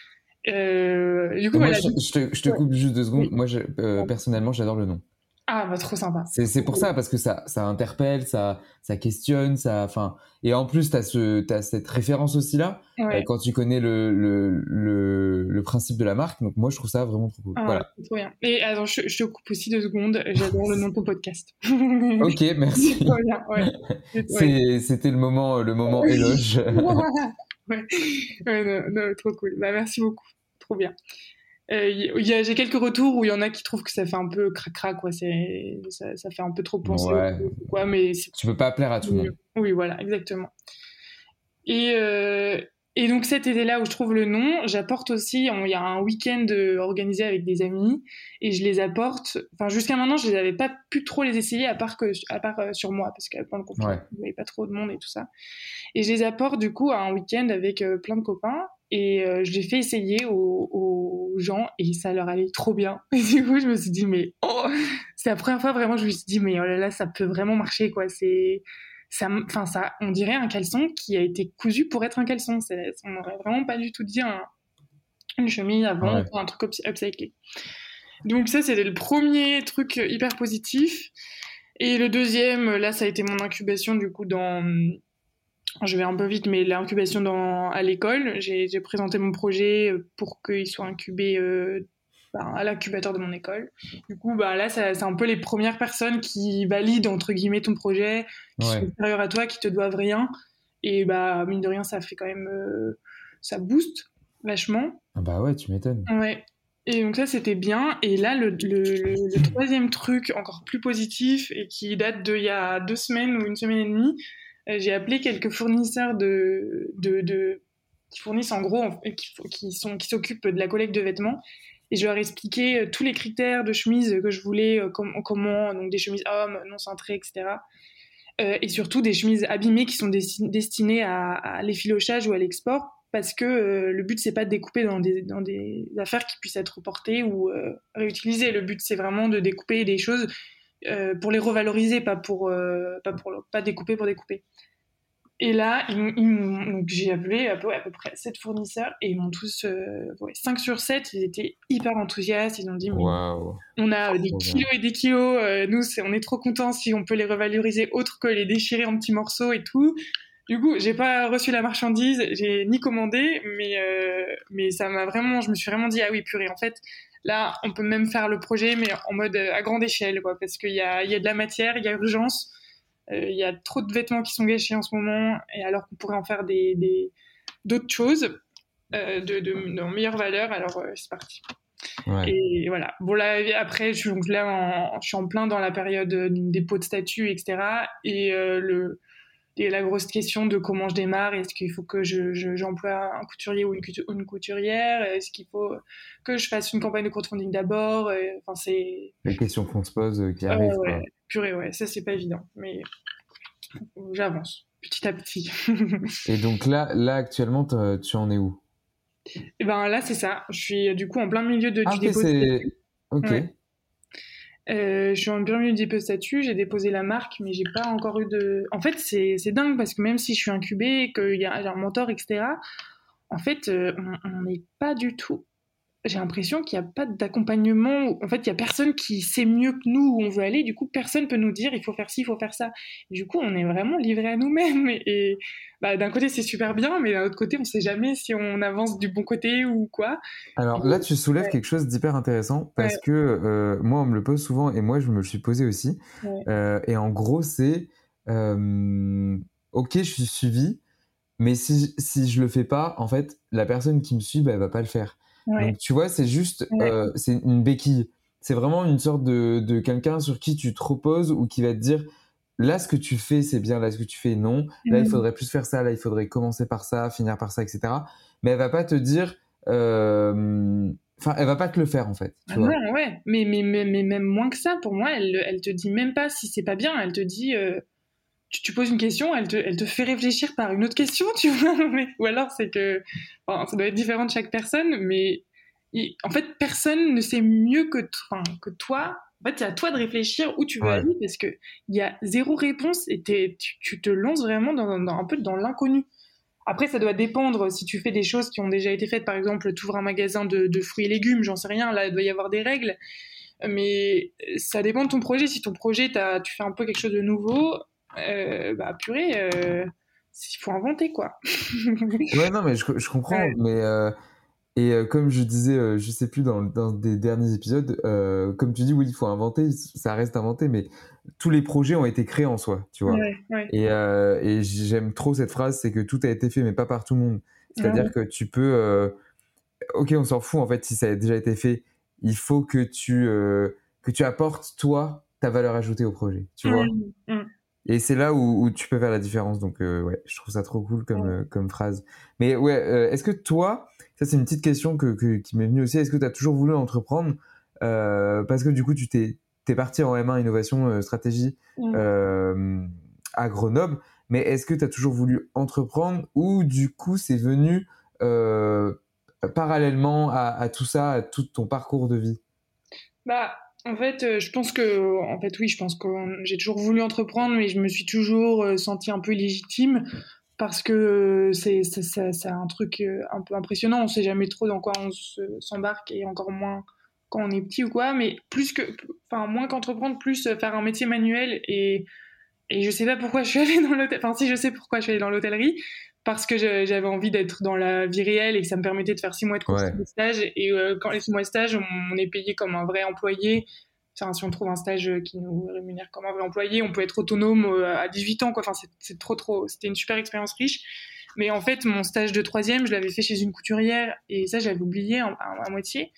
Euh, du coup, moi, voilà. je, je te, je te coupe ouais. juste deux secondes. Oui. Moi, je, euh, personnellement, j'adore le nom. Ah, bah, trop sympa. C'est, c'est pour oui. ça, parce que ça, ça interpelle, ça, ça questionne, ça, enfin, et en plus, t'as ce, t'as cette référence aussi là, ouais. euh, quand tu connais le, le, le, le principe de la marque. Donc, moi, je trouve ça vraiment trop cool. Ah, voilà. C'est trop bien. Et attends, je, je te coupe aussi deux secondes. J'adore le nom de ton podcast. Ok, merci. C'est trop bien, ouais. C'est, ouais. C'était le moment, le moment éloge. Ouais, ouais non, non, trop cool. Bah, merci beaucoup. Trop bien. Euh, y a, j'ai quelques retours où il y en a qui trouvent que ça fait un peu crac-crac, quoi. C'est, ça, ça fait un peu trop penser. Ouais. Au, quoi, mais c'est... Tu peux pas plaire à tout le monde. Oui, voilà, exactement. Et, euh, et donc cet été-là où je trouve le nom, j'apporte aussi, il y a un week-end organisé avec des amis et je les apporte. Enfin, jusqu'à maintenant, je les avais pas pu trop les essayer à part que, à part euh, sur moi parce qu'avant le confinement, il n'y avait pas trop de monde et tout ça. Et je les apporte du coup à un week-end avec euh, plein de copains. Et euh, je l'ai fait essayer aux, aux gens et ça leur allait trop bien. Et du coup, je me suis dit, mais oh, c'est la première fois vraiment, je me suis dit, mais oh là là, ça peut vraiment marcher, quoi. C'est, ça, enfin, ça, on dirait un caleçon qui a été cousu pour être un caleçon. C'est, on n'aurait vraiment pas du tout dit un, une chemise avant, ouais. Un truc upcyclé. Donc ça, c'était le premier truc hyper positif. Et le deuxième, là, ça a été mon incubation, du coup, dans... Je vais un peu vite, mais l'incubation dans, à l'école, j'ai, j'ai présenté mon projet pour qu'il soit incubé euh, bah, à l'incubateur de mon école. Du coup, bah, là, ça, c'est un peu les premières personnes qui valident, entre guillemets, ton projet, qui ouais. sont supérieures à toi, qui te doivent rien. Et bah, mine de rien, ça fait quand même... Euh, ça booste vachement. Ah bah ouais, tu m'étonnes. Ouais. Et donc ça, c'était bien. Et là, le, le, le, le troisième truc, encore plus positif, et qui date d'il y a deux semaines ou une semaine et demie, j'ai appelé quelques fournisseurs de, de, de qui fournissent en gros, qui, qui, sont, qui s'occupent de la collecte de vêtements, et je leur ai expliqué tous les critères de chemises que je voulais, com- comment, donc des chemises hommes, non cintrées, et cetera. Euh, et surtout des chemises abîmées qui sont desti- destinées à, à l'effilochage ou à l'export, parce que euh, le but c'est pas de découper dans des, dans des affaires qui puissent être portées ou euh, réutilisées. Le but c'est vraiment de découper des choses Euh, pour les revaloriser, pas pour euh, pas pour pas découper pour découper. Et là, ils, ils, donc j'ai appelé à peu, à peu près sept fournisseurs et ils m'ont tous euh, ouais, cinq sur sept, ils étaient hyper enthousiastes, ils ont dit mais wow. On a euh, des kilos bien. Et des kilos, euh, nous c'est, on est trop contents si on peut les revaloriser autre que les déchirer en petits morceaux et tout. Du coup, j'ai pas reçu la marchandise, j'ai ni commandé, mais euh, mais ça m'a vraiment, je me suis vraiment dit ah oui purée, en fait là on peut même faire le projet mais en mode euh, à grande échelle, quoi, parce qu'il y a il y a de la matière, il y a urgence, il euh, y a trop de vêtements qui sont gâchés en ce moment, et alors qu'on pourrait en faire des des d'autres choses euh, de de, de meilleure valeur, alors euh, c'est parti. Ouais. Et voilà. Bon là après je suis donc là en, je suis en plein dans la période des dépôts de statut, et cetera. Et euh, le Et la grosse question de comment je démarre, est-ce qu'il faut que je, je, j'emploie un couturier ou une, une couturière, est-ce qu'il faut que je fasse une campagne de crowdfunding d'abord, enfin c'est... Les questions qu'on se pose qui arrivent, euh, ouais, quoi. Purée, ouais, ça c'est pas évident, mais j'avance. petit à petit. Et donc là, là actuellement, tu en es où? Et ben là, c'est ça. Je suis du coup en plein milieu de, ah, du okay, dépôt de statut. Ok. Ouais. Euh, je suis en plein milieu du dépôt de statut, j'ai déposé la marque, mais j'ai pas encore eu de... En fait, c'est, c'est dingue parce que même si je suis incubée, qu'il y a, y a un mentor, et cetera, en fait, euh, on n'est pas du tout... J'ai l'impression qu'il n'y a pas d'accompagnement. En fait, il n'y a personne qui sait mieux que nous où on veut aller. Du coup, personne peut nous dire il faut faire ci, il faut faire ça. Du coup, on est vraiment livrés à nous-mêmes. Et, et bah, d'un côté, c'est super bien, mais d'un autre côté, on ne sait jamais si on avance du bon côté ou quoi. Alors là, tu soulèves ouais. quelque chose d'hyper intéressant parce ouais. que euh, moi, on me le pose souvent et moi, je me le suis posé aussi. Ouais. Euh, et en gros, c'est euh, ok, je suis suivi, mais si, si je le fais pas, en fait, la personne qui me suit, bah, elle va pas le faire. Ouais. Donc tu vois, c'est juste, ouais. euh, c'est une béquille. C'est vraiment une sorte de, de quelqu'un sur qui tu te reposes ou qui va te dire, là ce que tu fais c'est bien, là ce que tu fais non, là mmh. il faudrait plus faire ça, là il faudrait commencer par ça, finir par ça, et cetera. Mais elle va pas te dire, enfin euh... elle va pas te le faire en fait. Tu ah vois. Non, ouais, mais, mais, mais, mais même moins que ça, pour moi, elle, elle te dit même pas si c'est pas bien, elle te dit. Euh... Tu, tu poses une question, elle te, elle te fait réfléchir par une autre question, tu vois. Mais, ou alors, c'est que... Enfin, ça doit être différent de chaque personne, mais... Il, en fait, personne ne sait mieux que, enfin, que toi. En fait, c'est à toi de réfléchir où tu veux ouais. aller, parce qu'il y a zéro réponse et tu, tu te lances vraiment dans, dans, un peu dans l'inconnu. Après, ça doit dépendre si tu fais des choses qui ont déjà été faites. Par exemple, tu ouvres un magasin de, de fruits et légumes, j'en sais rien. Là, il doit y avoir des règles. Mais ça dépend de ton projet. Si ton projet, t'as, tu fais un peu quelque chose de nouveau... Euh, bah purée, euh, il faut inventer quoi. Ouais non mais je, je comprends, ouais. mais euh, et euh, comme je disais, euh, je sais plus dans, dans des derniers épisodes, euh, comme tu dis oui il faut inventer, ça reste inventé, mais tous les projets ont été créés en soi, tu vois. Ouais, ouais. Et, euh, et j'aime trop cette phrase, c'est que tout a été fait mais pas par tout le monde. C'est-à-dire ouais. que tu peux, euh, ok on s'en fout en fait si ça a déjà été fait, il faut que tu euh, que tu apportes toi ta valeur ajoutée au projet, tu vois. Mmh, mmh. Et c'est là où, où tu peux faire la différence. Donc, euh, ouais, je trouve ça trop cool comme, euh, comme phrase. Mais ouais, euh, est-ce que toi, ça c'est une petite question que, que, qui m'est venue aussi, est-ce que tu as toujours voulu entreprendre euh, parce que du coup, tu t'es, t'es parti en M un Innovation euh, Stratégie mmh. euh, à Grenoble, mais est-ce que tu as toujours voulu entreprendre ou du coup, c'est venu euh, parallèlement à, à tout ça, à tout ton parcours de vie? Bah... En fait, euh, je pense que, en fait, oui, je pense que j'ai toujours voulu entreprendre, mais je me suis toujours euh, sentie un peu légitime parce que euh, c'est, c'est, c'est, c'est un truc euh, un peu impressionnant. On sait jamais trop dans quoi on se, s'embarque et encore moins quand on est petit ou quoi. Mais plus que, enfin, moins qu'entreprendre, plus faire un métier manuel et et je sais pas pourquoi je suis allée dans l'hôtel. Enfin, si je sais pourquoi je suis allée dans l'hôtellerie. Parce que je, j'avais envie d'être dans la vie réelle et que ça me permettait de faire six mois de cours ouais. de stage. Et euh, quand les six mois de stage, on, on est payé comme un vrai employé. Enfin, si on trouve un stage qui nous rémunère comme un vrai employé, on peut être autonome euh, à dix-huit ans. Quoi. Enfin, c'est, c'est trop, trop. C'était une super expérience riche. Mais en fait, mon stage de troisième, je l'avais fait chez une couturière et ça, j'avais oublié à, à, à moitié.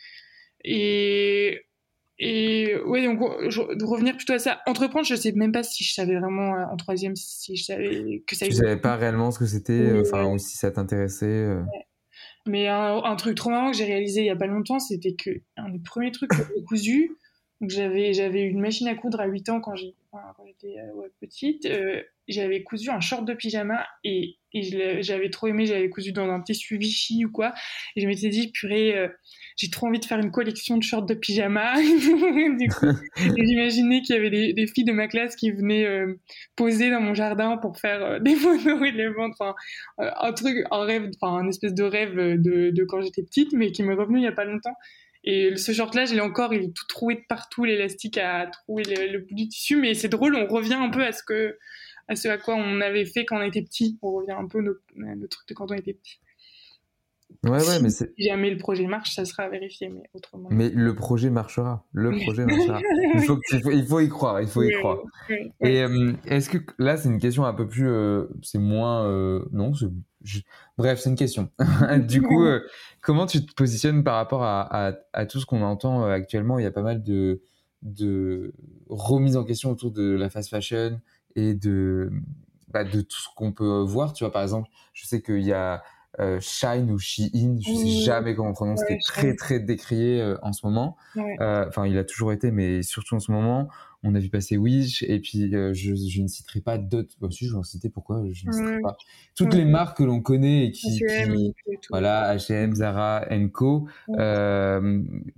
Et Et ouais, donc je, de revenir plutôt à ça, entreprendre, je sais même pas si je savais vraiment euh, en troisième si je savais que ça. Tu savais pas réellement ce que c'était, oui, enfin ouais. ou si ça t'intéressait. Euh... Ouais. Mais un, un truc trop marrant que j'ai réalisé il y a pas longtemps, c'était que un des premiers trucs que j'ai cousu, donc j'avais j'avais une machine à coudre à huit ans quand j'ai enfin, quand j'étais euh, ouais, petite, euh, j'avais cousu un short de pyjama et et je j'avais trop aimé, j'avais cousu dans un tissu Vichy ou quoi, et je m'étais dit purée. Euh, j'ai trop envie de faire une collection de shorts de pyjama. Du coup, j'imaginais qu'il y avait des, des filles de ma classe qui venaient euh, poser dans mon jardin pour faire euh, des photos et les vendre. Enfin, euh, un truc, un rêve, enfin, un espèce de rêve de, de quand j'étais petite, mais qui m'est revenu il y a pas longtemps. Et ce short-là, je l'ai encore, il est tout troué de partout, l'élastique a troué le, le bout du tissu, mais c'est drôle, on revient un peu à ce que, à ce à quoi on avait fait quand on était petit. On revient un peu au le truc de quand on était petit. Ouais, si, ouais, mais c'est... si jamais le projet marche, ça sera vérifié, mais autrement. Mais le projet marchera. Le projet marchera. Il faut, il faut, il faut y croire. Il faut y oui, croire. Oui, oui. Et euh, est-ce que là, c'est une question un peu plus, euh, c'est moins, euh, non, c'est, je... bref, c'est une question. Du coup, euh, comment tu te positionnes par rapport à, à, à tout ce qu'on entend actuellement? Il y a pas mal de, de remises en question autour de la fast fashion et de, bah, de tout ce qu'on peut voir. Tu vois, par exemple, je sais qu'il y a euh, Shine ou Shein, je sais Oui. jamais comment on prononce, Ouais, qui est très Shine. très décrié euh, en ce moment. Ouais. Euh, Enfin, il a toujours été, mais surtout en ce moment. On a vu passer Wish, et puis euh, je, je ne citerai pas d'autres. Bah, si, je vais en citer, pourquoi je ne citerai Ouais. pas. Toutes Ouais. les marques que l'on connaît et qui, H et M qui et tout. voilà, H et M, Zara, Co, Ouais. euh,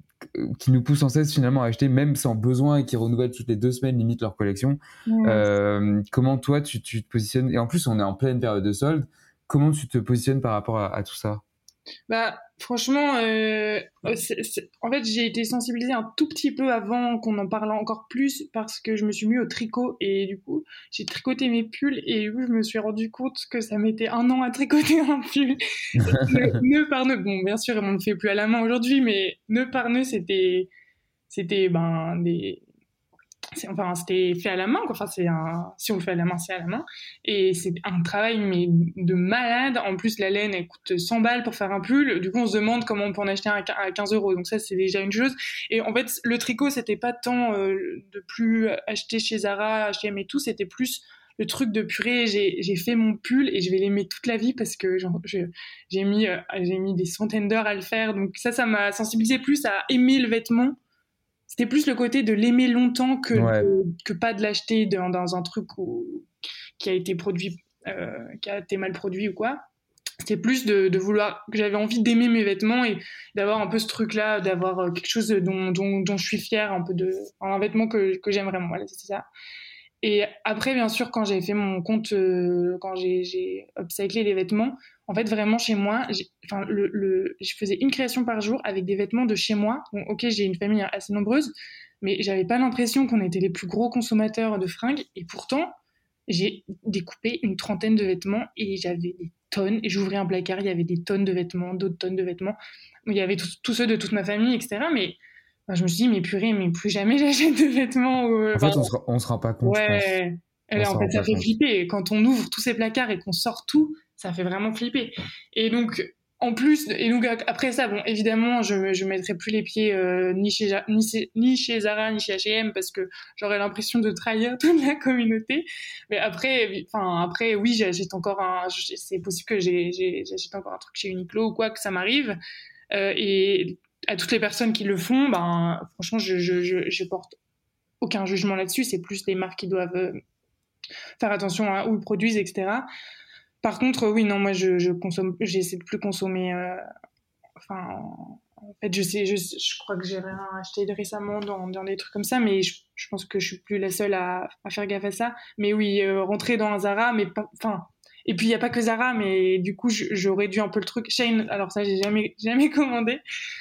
qui nous poussent sans cesse finalement à acheter, même sans besoin, et qui renouvellent toutes les deux semaines limite leur collection. Ouais. Euh, comment toi, tu, tu te positionnes? Et en plus, on est en pleine période de solde. Comment tu te positionnes par rapport à, à tout ça? Bah, franchement, euh, c'est, c'est... en fait, j'ai été sensibilisée un tout petit peu avant qu'on en parle encore plus parce que je me suis mis au tricot et du coup, j'ai tricoté mes pulls et du coup, je me suis rendu compte que ça mettait un an à tricoter un pull. nœud, nœud par nœud. Bon, bien sûr, on ne le fait plus à la main aujourd'hui, mais nœud par nœud, c'était, c'était, ben, des, c'est, enfin, c'était fait à la main, quoi. Enfin, c'est un, si on le fait à la main, c'est à la main. Et c'est un travail, mais de malade. En plus, la laine, elle coûte cent balles pour faire un pull. Du coup, on se demande comment on peut en acheter un à quinze euros. Donc ça, c'est déjà une chose. Et en fait, le tricot, c'était pas tant euh, de plus acheter chez Zara, H et M et tout. C'était plus le truc de purée. J'ai, j'ai fait mon pull et je vais l'aimer toute la vie parce que genre, je, j'ai mis, euh, j'ai mis des centaines d'heures à le faire. Donc ça, ça m'a sensibilisé plus à aimer le vêtement. C'était plus le côté de l'aimer longtemps que, Ouais. de, que pas de l'acheter dans, dans un truc où, qui a été produit, euh, qui a été mal produit ou quoi. C'était plus de, de vouloir, que j'avais envie d'aimer mes vêtements et d'avoir un peu ce truc-là, d'avoir quelque chose dont, dont, dont je suis fière, un peu de, un vêtement que, que j'aime vraiment. Voilà, c'est ça. Et après, bien sûr, quand j'ai fait mon compte, euh, quand j'ai, j'ai upcyclé les vêtements, en fait, vraiment chez moi, j'ai, enfin, le, le, je faisais une création par jour avec des vêtements de chez moi. Bon, ok, j'ai une famille assez nombreuse, mais j'avais pas l'impression qu'on était les plus gros consommateurs de fringues. Et pourtant, j'ai découpé une trentaine de vêtements et j'avais des tonnes. Et j'ouvrais un placard, il y avait des tonnes de vêtements, d'autres tonnes de vêtements. Il y avait tous, tous ceux de toute ma famille, et cetera. Mais enfin, je me suis dit, mais purée, mais plus jamais j'achète de vêtements. Où, en enfin, fait, on se, on se rend pas compte, ouais. je pense. Et là, en fait, ça fait compte. flipper. Quand on ouvre tous ces placards et qu'on sort tout, ça fait vraiment flipper. Et donc, en plus, et donc après ça, bon, évidemment, je je mettrai plus les pieds euh, ni chez ni, ni chez Zara ni chez H et M parce que j'aurais l'impression de trahir toute la communauté. Mais après, enfin après, oui, j'achète encore un. C'est possible que j'ai, j'ai j'achète encore un truc chez Uniqlo ou quoi, que ça m'arrive. Euh, et à toutes les personnes qui le font, ben franchement, je je je, je porte aucun jugement là-dessus. C'est plus les marques qui doivent euh, faire attention à où ils produisent, et cetera. Par contre, oui, non, moi, je, je consomme, j'essaie de plus consommer. Euh, enfin, en fait, je sais, je, je crois que j'ai rien acheté récemment dans, dans des trucs comme ça, mais je, je pense que je suis plus la seule à, à faire gaffe à ça. Mais oui, euh, rentrer dans un Zara, mais pas, enfin. Et puis il y a pas que Zara, mais du coup, j'aurais dû un peu le truc. Shein, alors ça, j'ai jamais, jamais commandé.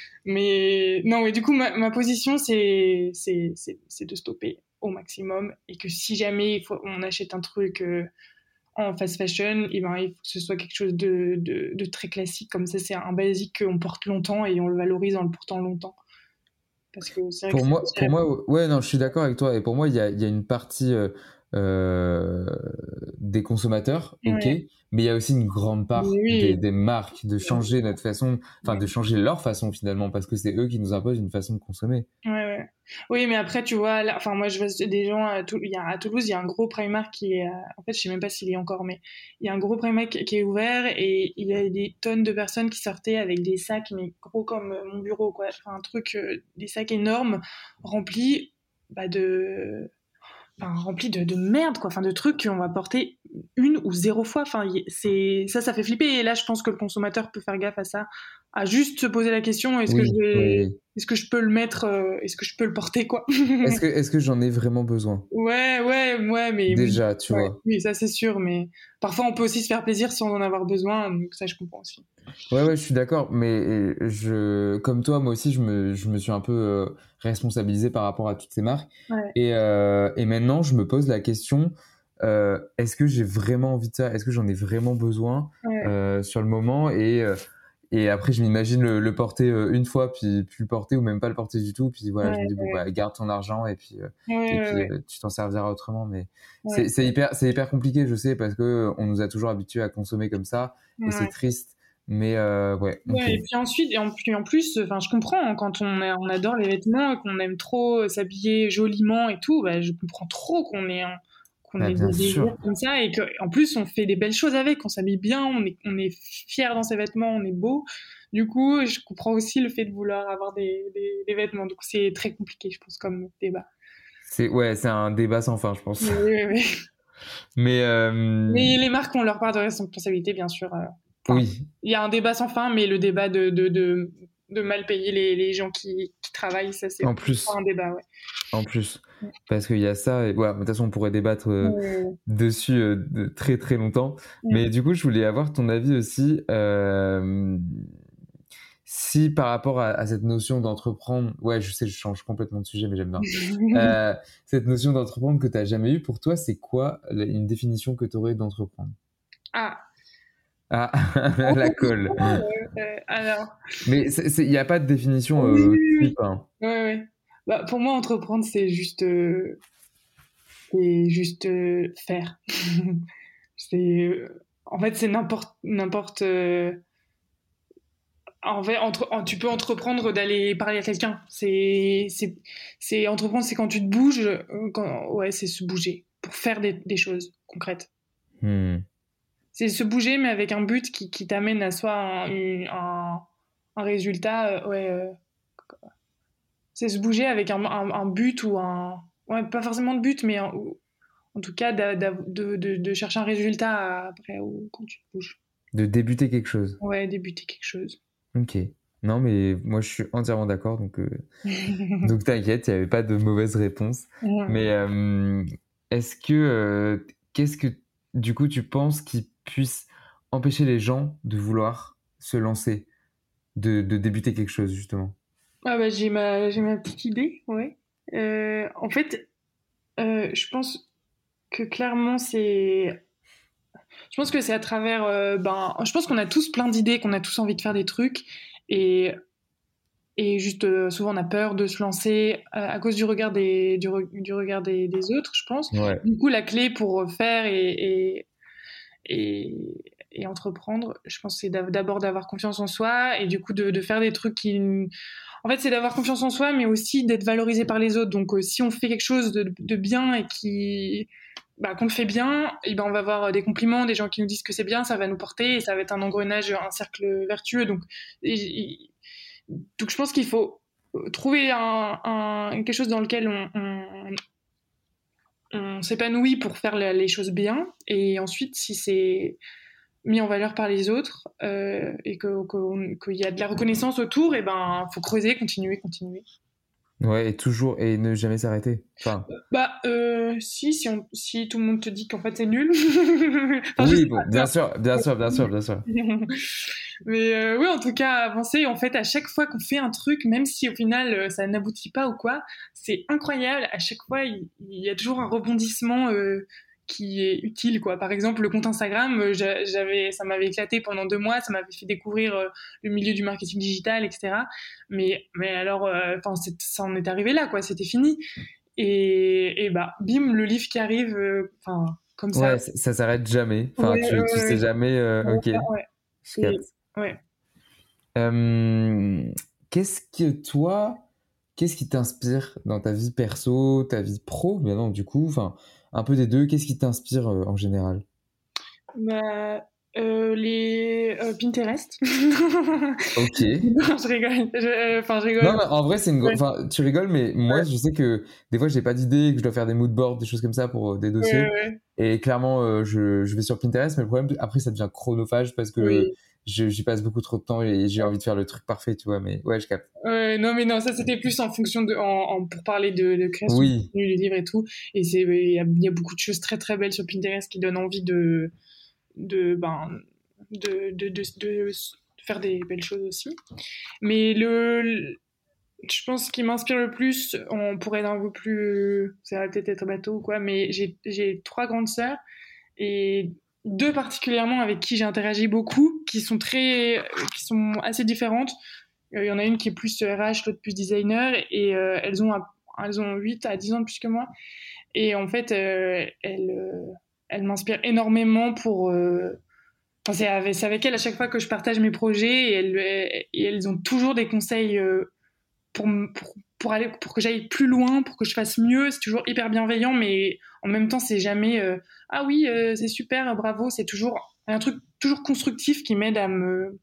Mais non, mais du coup, ma, ma position, c'est, c'est, c'est, c'est de stopper au maximum et que si jamais il faut, on achète un truc euh, en fast fashion, et ben il faut que ce soit quelque chose de, de, de très classique, comme ça c'est un basique qu'on porte longtemps et on le valorise en le portant longtemps. Parce que c'est vrai pour que moi, c'est pour moi, ouais, non, je suis d'accord avec toi. Et pour moi, il y a, il y a une partie euh, euh, des consommateurs, ok, ouais. Mais il y a aussi une grande part oui. des, des marques de changer notre façon, enfin ouais. de changer leur façon finalement, parce que c'est eux qui nous imposent une façon de consommer. Ouais, ouais. Oui, mais après, tu vois, là, enfin moi je vois des gens à, Tou- il y a, à Toulouse, il y a un gros Primark qui est, en fait, je sais même pas s'il est encore, mais il y a un gros Primark qui est ouvert et il y a des tonnes de personnes qui sortaient avec des sacs, mais gros comme mon bureau, quoi, enfin un truc, euh, des sacs énormes remplis bah, de Enfin, rempli de, de merde, quoi, enfin, de trucs qu'on va porter une ou zéro fois. Enfin, c'est, ça, ça fait flipper. Et là, je pense que le consommateur peut faire gaffe à ça, à juste se poser la question, est-ce oui, que je vais, oui. est-ce que je peux le mettre, euh, est-ce que je peux le porter, quoi. Est-ce que, est-ce que j'en ai vraiment besoin? Ouais, ouais, ouais, mais. Déjà, oui, tu ouais, vois. Oui, ça, c'est sûr, mais parfois, on peut aussi se faire plaisir sans en avoir besoin, donc ça, je comprends aussi. Ouais, ouais, je suis d'accord, mais je, comme toi, moi aussi, je me, je me suis un peu euh, responsabilisé par rapport à toutes ces marques. Ouais. Et, euh, et maintenant, je me pose la question, euh, est-ce que j'ai vraiment envie de ça? Est-ce que j'en ai vraiment besoin ouais. euh, sur le moment? Et, euh, et après, je m'imagine le, le porter une fois, puis plus le porter, ou même pas le porter du tout. Puis voilà, ouais, je me dis, bon, ouais. bah, garde ton argent, et puis, euh, ouais, et puis ouais. euh, tu t'en serviras autrement. Mais ouais. c'est, c'est, hyper, c'est hyper compliqué, je sais, parce que on nous a toujours habitués à consommer comme ça, ouais. et c'est triste. Mais euh, ouais. Ouais, okay. et puis ensuite, et en, puis en plus, enfin, je comprends hein, quand on, a, on adore les vêtements et qu'on aime trop s'habiller joliment et tout, bah, je comprends trop qu'on ait, un, qu'on Bah, ait bien des sûr. désirs comme ça et qu'en plus on fait des belles choses avec, on s'habille bien, on est, on est fier dans ses vêtements, on est beau. Du coup, je comprends aussi le fait de vouloir avoir des, des, des vêtements. Donc c'est très compliqué, je pense, comme débat. C'est ouais, c'est un débat sans fin, je pense. Oui, oui, oui. Mais euh, Mais les marques ont leur part de responsabilité, bien sûr. euh, Enfin, oui, il y a un débat sans fin, mais le débat de, de, de, de mal payer les, les gens qui, qui travaillent, ça c'est en plus, pas un débat, ouais. en plus, parce qu'il y a ça. Et ouais, de toute façon, on pourrait débattre euh, Ouais. dessus euh, de très très longtemps. Ouais. Mais du coup, je voulais avoir ton avis aussi. Euh, si par rapport à, à cette notion d'entreprendre, ouais, je sais, je change complètement de sujet, mais j'aime bien. Euh, cette notion d'entreprendre que tu n'as jamais eue, pour toi, c'est quoi la- une définition que tu aurais d'entreprendre? Ah, Ah, la colle. euh, euh, alors, Mais il n'y a pas de définition oui, euh, oui, oui. type, hein. Ouais, ouais. Bah, pour moi, entreprendre, c'est juste, euh, c'est juste euh, faire. c'est, euh, en fait, c'est n'importe, n'importe. euh, En fait, entre, en- tu peux entreprendre d'aller parler à quelqu'un. C'est, c'est, c'est entreprendre, c'est quand tu te bouges. euh, Quand, ouais, c'est se bouger pour faire des, des choses concrètes. Hmm. C'est se bouger, mais avec un but qui, qui t'amène à soit un, une- un, un résultat. euh, ouais, euh, c'est se bouger avec un, un, un but ou un. Ouais, pas forcément de but, mais un- ou- en tout cas d'a- d'a- de, de, de chercher un résultat après ou quand tu te bouges. De débuter quelque chose. Ouais, débuter quelque chose. Ok. Non, mais moi, je suis entièrement d'accord, donc, euh, donc t'inquiète, il n'y avait pas de mauvaise réponse. Ouais. Mais euh, est-ce que, euh, qu'est-ce que, du coup, tu penses qui puisse empêcher les gens de vouloir se lancer, de, de débuter quelque chose, justement? Ah bah, j'ai ma, j'ai ma petite idée, ouais. Euh, en fait, euh, je pense que clairement c'est. Je pense que c'est à travers. euh, ben, je pense qu'on a tous plein d'idées, qu'on a tous envie de faire des trucs. Et, et juste, euh, souvent, on a peur de se lancer euh, à cause du regard, des, du, re- du regard des, des autres, je pense. Ouais. Du coup, la clé pour faire et, et, et, et entreprendre, je pense, c'est d'av- d'abord d'avoir confiance en soi et du coup de, de faire des trucs qui. En fait, c'est d'avoir confiance en soi, mais aussi d'être valorisé par les autres. Donc, euh, si on fait quelque chose de, de bien et qui, bah, qu'on le fait bien, et ben on va avoir des compliments, des gens qui nous disent que c'est bien, ça va nous porter et ça va être un engrenage, un cercle vertueux. Donc, et, et, donc je pense qu'il faut trouver un, un, quelque chose dans lequel on, on, on s'épanouit pour faire la, les choses bien. Et ensuite, si c'est mis en valeur par les autres euh, et que, que, qu'il y a de la reconnaissance autour, et ben faut creuser, continuer, continuer. Ouais, et toujours, et ne jamais s'arrêter. Enfin, Bah, euh, si, si, on, si tout le monde te dit qu'en fait c'est nul. Enfin, je oui, sais bon, pas, bien sûr, bien sûr, bien sûr, bien sûr. Mais euh, oui, en tout cas, avancer. En fait, à chaque fois qu'on fait un truc, même si au final euh, ça n'aboutit pas ou quoi, c'est incroyable. À chaque fois, il, il y a toujours un rebondissement euh, qui est utile, quoi. Par exemple, le compte Instagram, euh, j'a- j'avais, ça m'avait éclaté pendant deux mois, ça m'avait fait découvrir euh, le milieu du marketing digital, et cetera. Mais, mais alors, euh, enfin, c'est- ça en est arrivé là, quoi. C'était fini. Et, et bah, bim, le livre qui arrive, euh, enfin, comme ça. Ouais, ça, ça s'arrête jamais. Enfin, Ouais, tu, ouais, tu sais ouais. jamais, euh, Ouais, ok, ouais. je capte. Et- ouais. Euh, qu'est-ce que toi, qu'est-ce qui t'inspire dans ta vie perso, ta vie pro, bien non, du coup, enfin, un peu des deux, qu'est-ce qui t'inspire euh, en général? Bah, euh, les euh, Pinterest. Ok. Non, je rigole. Je- euh, Enfin, je rigole. Non, mais en vrai, c'est une. gro- Ouais. Enfin, tu rigoles, mais moi, je sais que des fois, j'ai pas d'idée, que je dois faire des mood boards, des choses comme ça pour euh, des dossiers. Ouais, ouais. Et clairement, euh, je, je vais sur Pinterest, mais le problème, après, ça devient chronophage parce que Oui. je- j'y passe beaucoup trop de temps et j'ai envie de faire le truc parfait, tu vois. Mais ouais, je capte. Ouais, non, mais non, ça c'était plus en fonction de, en, en- pour parler de, de création de Oui. contenu, du livre et tout. Et c'est, il y a, il y a beaucoup de choses très très belles sur Pinterest qui donnent envie de, de, ben, de, de, de, de, de faire des belles choses aussi. Mais le, le- je pense qu'il m'inspire le plus, on pourrait être un peu plus, ça va peut-être être bateau ou quoi, mais j'ai, j'ai trois grandes sœurs et deux particulièrement avec qui j'ai interagi beaucoup, qui sont très, qui sont assez différentes. Il y en a une qui est plus R H, l'autre plus designer, et euh, elles ont un- elles ont huit à dix ans de plus que moi. Et en fait, euh, elles, euh, elles m'inspirent énormément pour. euh, Enfin, c'est avec, c'est avec elles à chaque fois que je partage mes projets, et elles, et elles ont toujours des conseils euh, pour, m- pour, pour aller, pour que j'aille plus loin, pour que je fasse mieux. C'est toujours hyper bienveillant, mais en même temps, c'est jamais euh, ah oui, euh, c'est super, bravo. C'est toujours un truc toujours constructif qui m'aide à me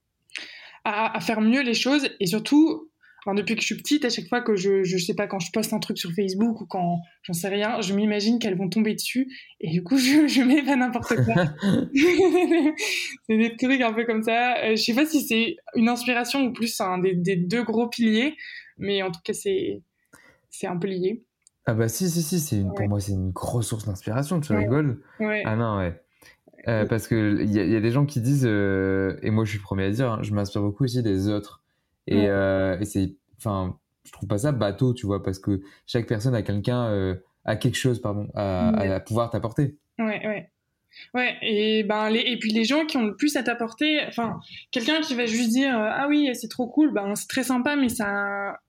à, à faire mieux les choses. Et surtout, enfin, depuis que je suis petite, à chaque fois que je, je sais pas, quand je poste un truc sur Facebook ou quand j'en sais rien, je m'imagine qu'elles vont tomber dessus et du coup, je, je mets pas n'importe quoi. C'est des trucs un peu comme ça. Euh, je sais pas si c'est une inspiration ou plus un des, des deux gros piliers, mais en tout cas, c'est, c'est un peu lié. Ah bah si, si, si, c'est une, Ouais. pour moi, c'est une grosse source d'inspiration, tu Ouais. rigoles? Ouais. Ah non, ouais. Euh, parce que il y, a- y a des gens qui disent, euh, et moi je suis le premier à dire, hein, je m'inspire beaucoup aussi des autres. Et, Ouais. euh, et c'est, enfin, je trouve pas ça bateau, tu vois, parce que chaque personne a quelqu'un, euh, a quelque chose, pardon, à, Ouais. à pouvoir t'apporter. Ouais, ouais. Ouais, et ben les, et puis les gens qui ont le plus à t'apporter, enfin, quelqu'un qui va juste dire euh, ah oui, c'est trop cool, ben c'est très sympa, mais ça,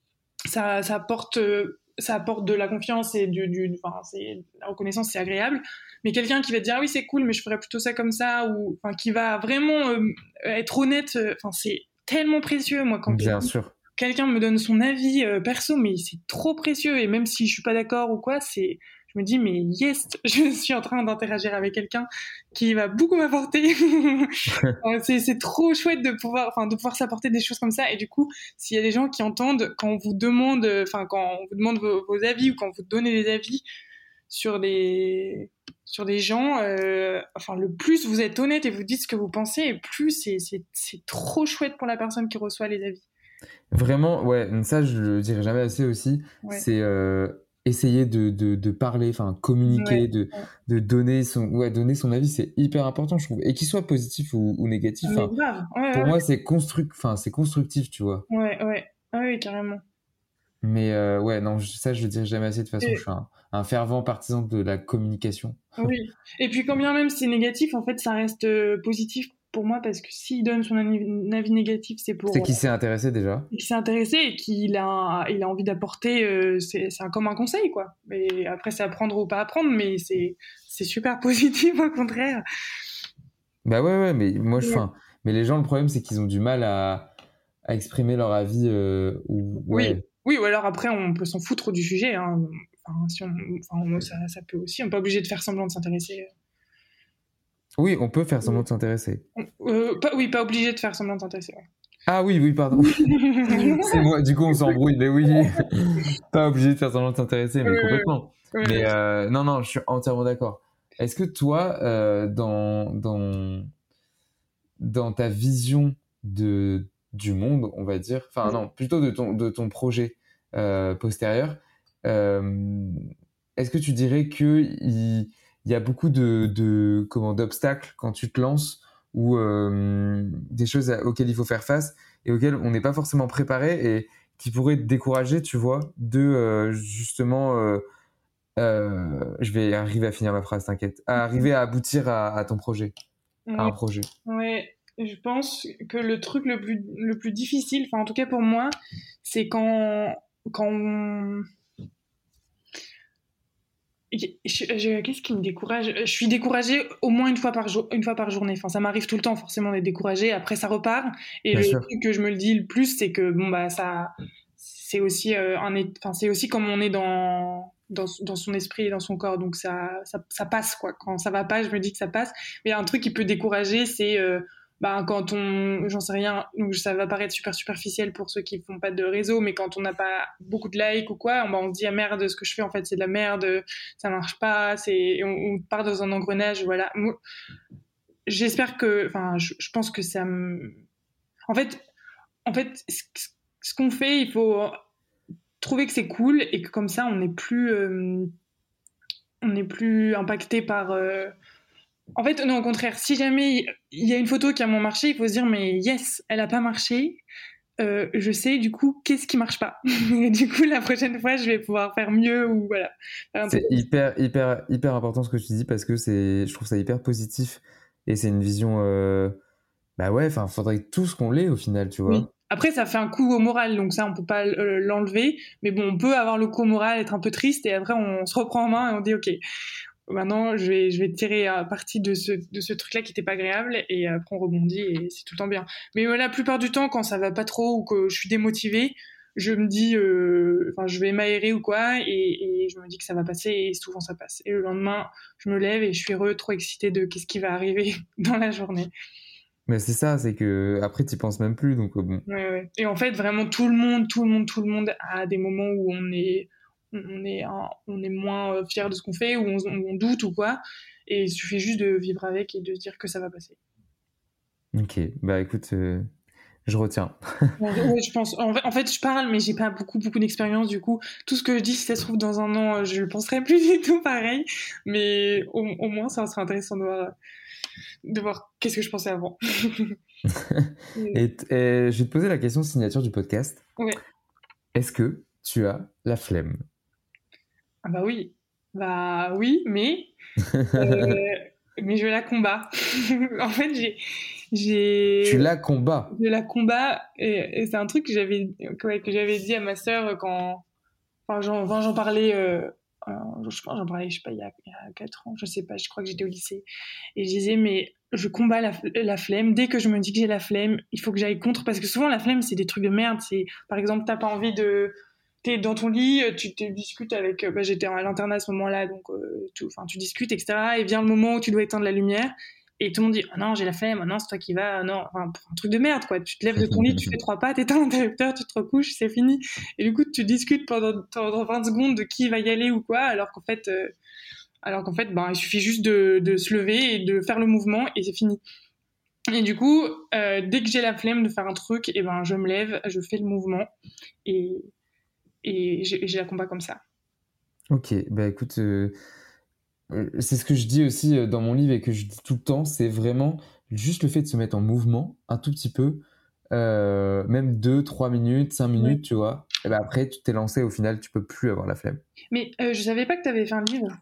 ça, ça apporte, euh, ça apporte de la confiance et du, du, enfin, c'est la reconnaissance, c'est agréable. Mais quelqu'un qui va te dire ah oui, c'est cool, mais je ferais plutôt ça comme ça, ou enfin qui va vraiment euh, être honnête, euh, enfin c'est tellement précieux, moi quand Bien sûr. quelqu'un me donne son avis euh, perso, mais c'est trop précieux. Et même si je suis pas d'accord ou quoi, c'est, je me dis, mais yes, je suis en train d'interagir avec quelqu'un qui va beaucoup m'apporter. Euh, c'est, c'est trop chouette de pouvoir, enfin, de pouvoir s'apporter des choses comme ça. Et du coup, s'il y a des gens qui entendent quand on vous demande, enfin, quand on vous demande vos, vos avis ou quand vous donnez des avis sur des, sur des gens, euh, enfin, le plus vous êtes honnête et vous dites ce que vous pensez, et plus c'est, c'est, c'est trop chouette pour la personne qui reçoit les avis. Vraiment, ouais, ça je le dirai jamais assez aussi, Ouais. c'est euh, essayer de, de, de parler, enfin communiquer, Ouais, de, ouais. de donner son, ouais, donner son avis, c'est hyper important, je trouve. Et qu'il soit positif ou, ou négatif, Mais enfin, grave, ouais, pour ouais, moi c'est construc, enfin, c'est constructif, tu vois. ouais, ouais, ah oui, carrément. Mais euh, ouais, non, je- ça je le dirai jamais assez, de toute façon, Et- je suis un, un fervent partisan de la communication. Oui. Et puis quand bien même c'est négatif, en fait, ça reste euh, positif pour moi parce que s'il donne son avis, avis négatif, c'est pour C'est qui s'est intéressé déjà. qu'il s'est intéressé et qu'il a, il a envie d'apporter, euh, c'est, c'est un, comme un conseil, quoi. Et après, c'est apprendre ou pas apprendre, mais c'est, c'est super positif au contraire. Bah ouais, ouais, mais moi je, Ouais. enfin, mais les gens, le problème c'est qu'ils ont du mal à, à exprimer leur avis, euh, ou, Oui. ouais. Oui, ou alors après, on peut s'en foutre du sujet. Hein. Enfin, si on, enfin, moi, ça, ça peut aussi. On n'est pas obligé de faire semblant de s'intéresser. Oui, on peut faire semblant de s'intéresser. Euh, pas, oui, pas obligé de faire semblant de s'intéresser. Ouais. Ah oui, oui, pardon. C'est moi, du coup on s'embrouille, mais oui, pas obligé de faire semblant de s'intéresser, mais Ouais, complètement. ouais, Mais ouais. euh, non, non, je suis entièrement d'accord. Est-ce que toi, euh, dans, dans, dans ta vision de, du monde, on va dire, enfin non, plutôt de ton, de ton projet euh, postérieur, euh, est-ce que tu dirais que il, il y a beaucoup de, de comment, d'obstacles quand tu te lances, ou euh, des choses à- auxquelles il faut faire face et auxquelles on n'est pas forcément préparé et qui pourraient te décourager, tu vois, de euh, justement, euh, euh, je vais arriver à finir ma phrase, t'inquiète, à arriver à aboutir à, à ton projet, à un Ouais. projet. Ouais, je pense que le truc le plus, le plus difficile, enfin en tout cas pour moi, c'est quand, quand on... Je- je- Qu'est-ce qui me décourage? Je suis découragée au moins une fois par jour, une fois par journée. Enfin, ça m'arrive tout le temps forcément d'être découragée. Après, ça repart. Et Bien le sûr. truc que je me le dis le plus, c'est que bon bah ça, c'est aussi euh, un, é- enfin c'est aussi comme on est dans dans, dans son esprit et dans son corps. Donc ça, ça, ça passe quoi. Quand ça va pas, je me dis que ça passe. Mais un truc qui peut décourager, c'est euh, bah, quand on, j'en sais rien, donc ça va paraître super superficiel pour ceux qui font pas de réseau, mais quand on n'a pas beaucoup de likes ou quoi, on, bah, on se dit ah merde, ce que je fais en fait c'est de la merde, ça marche pas, c'est, on, on part dans un engrenage, voilà. Moi, j'espère que, enfin, je, je pense que ça me, en fait, en fait, ce, ce qu'on fait, il faut trouver que c'est cool et que comme ça on n'est plus, euh, on n'est plus impacté par euh, en fait, non, au contraire, si jamais il y a une photo qui a moins marché, il faut se dire, mais yes, elle a pas marché, euh, je sais, du coup, qu'est-ce qui marche pas? Et du coup, la prochaine fois, je vais pouvoir faire mieux ou voilà. Un C'est truc. hyper, hyper, hyper important ce que tu dis, parce que c'est, je trouve ça hyper positif et c'est une vision, euh, bah ouais, enfin, faudrait tous qu'on l'ait au final, tu vois. Oui. Après, ça fait un coup au moral, donc ça, on peut pas euh, l'enlever. Mais bon, on peut avoir le coup au moral, être un peu triste, et après, on se reprend en main et on dit, ok, maintenant, je vais, je vais tirer à partie de ce, de ce truc-là qui était pas agréable, et après, on rebondit, et c'est tout le temps bien. Mais euh, la plupart du temps, quand ça va pas trop ou que je suis démotivée, je me dis, enfin, euh, je vais m'aérer ou quoi, et, et je me dis que ça va passer, et souvent ça passe. Et le lendemain, je me lève et je suis heureux, trop excitée de qu'est-ce qui va arriver dans la journée. Mais c'est ça, c'est que après tu penses même plus, donc bon. Ouais, ouais. Et en fait, vraiment tout le monde, tout le monde, tout le monde a des moments où on est, on est, on est moins fier de ce qu'on fait, où on, on doute ou quoi. Et il suffit juste de vivre avec et de se dire que ça va passer. Ok, bah écoute. Euh... Je retiens. Ouais, je pense. En fait, en fait, je parle, mais j'ai pas beaucoup, beaucoup d'expérience. Du coup, tout ce que je dis, si ça se trouve dans un an, je le penserai plus du tout pareil. Mais au, au moins, ça sera intéressant de voir, de voir qu'est-ce que je pensais avant. et, et je vais te poser la question signature du podcast. Ouais. Est-ce que tu as la flemme? Ah bah oui. Bah oui, mais euh, mais je la combats. En fait, j'ai j'ai tu la combats je la combats et, et c'est un truc que j'avais ouais, que j'avais dit à ma sœur quand enfin j'en enfin, j'en parlais euh, je pense j'en parlais je sais pas il y a il y a quatre ans, je sais pas, je crois que j'étais au lycée et je disais mais je combats la, la flemme. Dès que je me dis que j'ai la flemme, il faut que j'aille contre, parce que souvent la flemme c'est des trucs de merde. C'est par exemple t'as pas envie de t'es dans ton lit, tu te discutes avec bah, j'étais à l'internat à ce moment-là, donc euh, tu enfin tu discutes etc, et vient le moment où tu dois éteindre la lumière. Et tout le monde dit, oh non, j'ai la flemme, oh non, c'est toi qui vas, oh non, enfin, un truc de merde, quoi. Tu te lèves de ton lit, tu fais trois pas, t'éteins l'interrupteur, tu te recouches, c'est fini. Et du coup, tu discutes pendant, pendant vingt secondes de qui va y aller ou quoi, alors qu'en fait, euh, alors qu'en fait, ben, il suffit juste de, de se lever et de faire le mouvement et c'est fini. Et du coup, euh, dès que j'ai la flemme de faire un truc, et ben, je me lève, je fais le mouvement et, et j'ai, j'ai la combat comme ça. Ok, bah écoute, euh... c'est ce que je dis aussi dans mon livre et que je dis tout le temps, c'est vraiment juste le fait de se mettre en mouvement un tout petit peu, euh, même deux, trois minutes, cinq minutes, ouais. Tu vois. Et ben après, tu t'es lancé, au final, tu peux plus avoir la flemme. Mais euh, je savais pas que tu avais fait un livre.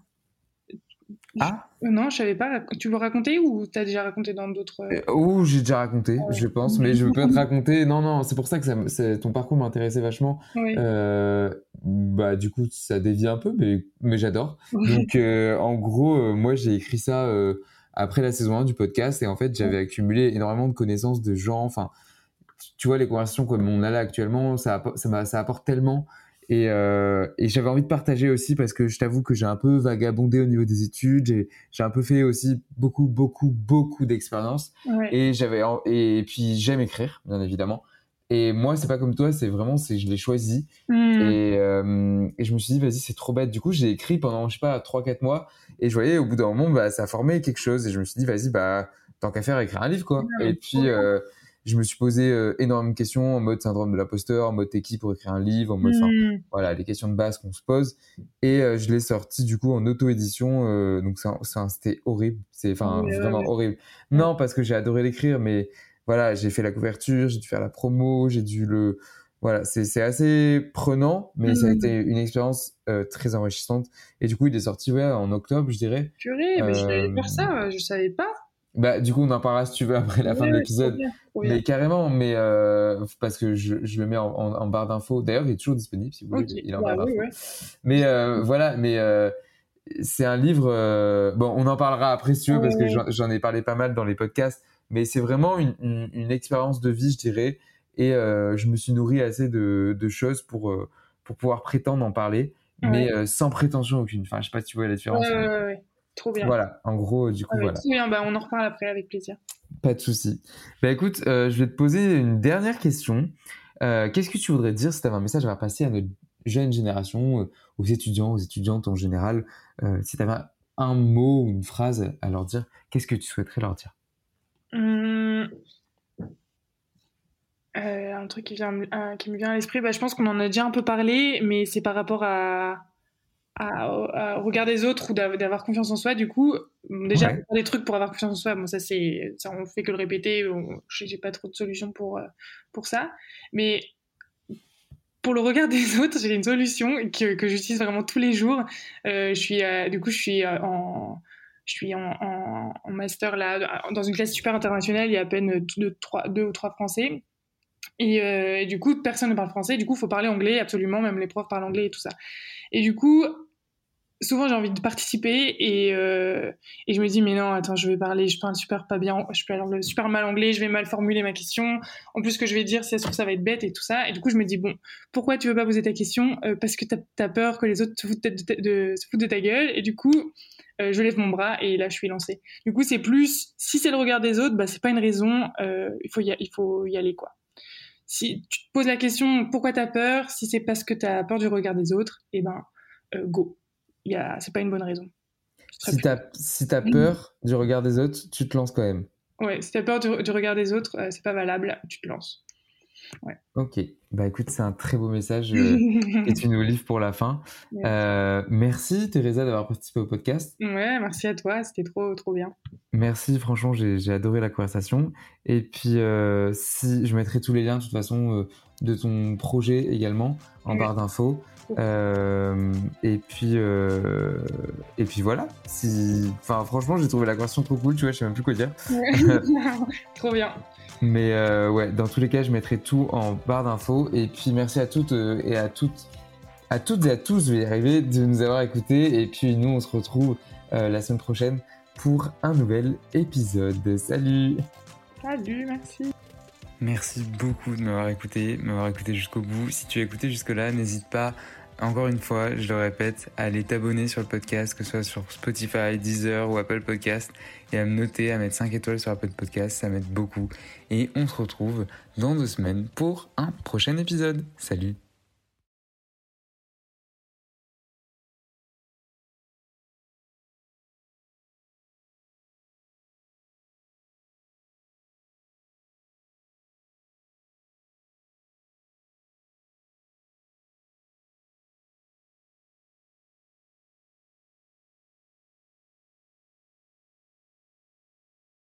Ah je... Non, je savais pas. Tu veux raconter ou t'as déjà raconté dans d'autres... euh, Ou j'ai déjà raconté, ouais. Je pense, mais je veux pas te raconter. Non, non, c'est pour ça que ça, c'est... ton parcours m'intéressait vachement. Ouais. Euh... Bah, du coup, ça dévie un peu, mais, mais j'adore. Donc, euh, en gros, euh, moi, j'ai écrit ça euh, après la saison un du podcast et en fait, j'avais accumulé énormément de connaissances de gens. Enfin, tu vois, les conversations comme on a là actuellement, ça, apporte, ça, ça apporte tellement. Et, euh, et j'avais envie de partager aussi parce que je t'avoue que j'ai un peu vagabondé au niveau des études. J'ai, j'ai un peu fait aussi beaucoup, beaucoup, beaucoup d'expériences. Ouais. Et j'avais, et puis j'aime écrire, bien évidemment. Et moi, c'est pas comme toi, c'est vraiment, c'est, je l'ai choisi. Mmh. Et, euh, et je me suis dit, vas-y, c'est trop bête. Du coup, j'ai écrit pendant, je sais pas, trois quatre mois. Et je voyais, au bout d'un moment, bah, ça a formé quelque chose. Et je me suis dit, vas-y, bah, tant qu'à faire, écrire un livre, quoi. Mmh. Et puis, euh, je me suis posé euh, énormément de questions en mode syndrome de l'imposteur, en mode t'es qui pour écrire un livre, en mode, enfin, mmh. voilà, les questions de base qu'on se pose. Et euh, je l'ai sorti, du coup, en auto-édition. Euh, donc, c'est, c'est, c'était horrible. C'est, enfin, mmh, vraiment ouais. horrible. Mmh. Non, parce que j'ai adoré l'écrire, mais voilà, j'ai fait la couverture, j'ai dû faire la promo, j'ai dû le... Voilà, c'est, c'est assez prenant, mais mmh. ça a été une expérience euh, très enrichissante. Et du coup, il est sorti ouais, en octobre, je dirais. Purée, euh... mais je savais faire ça, je savais pas. Bah, du coup, on en parlera si tu veux après la ouais, fin de l'épisode. Trop bien, trop bien. Mais carrément, mais euh, parce que je, je le mets en, en, en barre d'infos. D'ailleurs, il est toujours disponible si vous voulez. Okay. Il est en bah, barre oui, d'infos. Ouais. Mais euh, voilà, mais euh, c'est un livre. Euh, bon, on en parlera après si tu veux, ouais, parce que j'en, j'en ai parlé pas mal dans les podcasts. Mais c'est vraiment une, une, une expérience de vie, je dirais. Et euh, je me suis nourri assez de, de choses pour, euh, pour pouvoir prétendre en parler, ouais. mais euh, sans prétention aucune. Enfin, je sais pas si tu vois la différence. Ouais, ouais, ouais. Trop bien. Voilà, en gros, du coup, ouais, voilà. Trop bien, bah, on en reparle après avec plaisir. Pas de souci. Bah écoute, euh, je vais te poser une dernière question. Euh, qu'est-ce que tu voudrais dire si tu avais un message à passer à notre jeune génération, euh, aux étudiants, aux étudiantes en général, euh, si tu avais un mot ou une phrase à leur dire, qu'est-ce que tu souhaiterais leur dire? Hum... Euh, un truc qui, vient, euh, qui me vient à l'esprit, bah, je pense qu'on en a déjà un peu parlé, mais c'est par rapport à, à, à au regard des autres ou d'avoir confiance en soi. Du coup, déjà, ouais. faire des trucs pour avoir confiance en soi, bon, ça, c'est, ça on fait que le répéter, on, j'ai pas trop de solutions pour, pour ça. Mais pour le regard des autres, j'ai une solution que, que j'utilise vraiment tous les jours. Euh, je suis, euh, du coup, je suis en... Je suis en, en, en master là, dans une classe super internationale, il y a à peine deux, trois, deux ou trois Français. Et, euh, et du coup, personne ne parle français. Du coup, il faut parler anglais, absolument. Même les profs parlent anglais et tout ça. Et du coup, souvent j'ai envie de participer et, euh, et je me dis mais non attends je vais parler, je parle super pas bien, je parle super mal anglais, je vais mal formuler ma question, en plus ce que je vais dire si ça se trouve ça va être bête et tout ça, et du coup je me dis bon pourquoi tu veux pas poser ta question, euh, parce que t'as, t'as peur que les autres se foutent de, de, de, se foutent de ta gueule, et du coup euh, je lève mon bras et là je suis lancée. Du coup c'est plus, si c'est le regard des autres, bah c'est pas une raison, euh, il faut y, il faut y aller quoi. Si tu te poses la question pourquoi t'as peur, si c'est parce que t'as peur du regard des autres, et ben euh, go. Il y a, c'est pas une bonne raison. Si t'as, si t'as peur du regard des autres, tu te lances quand même. Ouais, si t'as peur du, du regard des autres, euh, c'est pas valable, tu te lances. Ouais. Ok, bah écoute, c'est un très beau message euh, que tu nous livres pour la fin. Ouais. Euh, merci Teresa d'avoir participé au podcast. Ouais, merci à toi, c'était trop trop bien. Merci, franchement, j'ai, j'ai adoré la conversation. Et puis, euh, si je mettrai tous les liens de toute façon euh, de ton projet également en ouais. barre d'infos. Euh, et puis euh, et puis voilà. Si, enfin, franchement, j'ai trouvé la conversation trop cool. Tu vois, je sais même plus quoi dire. Ouais. Trop bien. Mais euh, ouais, dans tous les cas, je mettrai tout en barre d'infos. Et puis merci à toutes euh, et à toutes, à toutes et à tous, je vais y arriver, de nous avoir écoutés. Et puis nous, on se retrouve euh, la semaine prochaine pour un nouvel épisode. Salut. Salut, merci. Merci beaucoup de m'avoir écouté, de m'avoir écouté jusqu'au bout. Si tu as écouté jusque-là, n'hésite pas, encore une fois, je le répète, à aller t'abonner sur le podcast, que ce soit sur Spotify, Deezer ou Apple Podcast, et à me noter, à mettre cinq étoiles sur Apple Podcast, ça m'aide beaucoup. Et on se retrouve dans deux semaines pour un prochain épisode. Salut!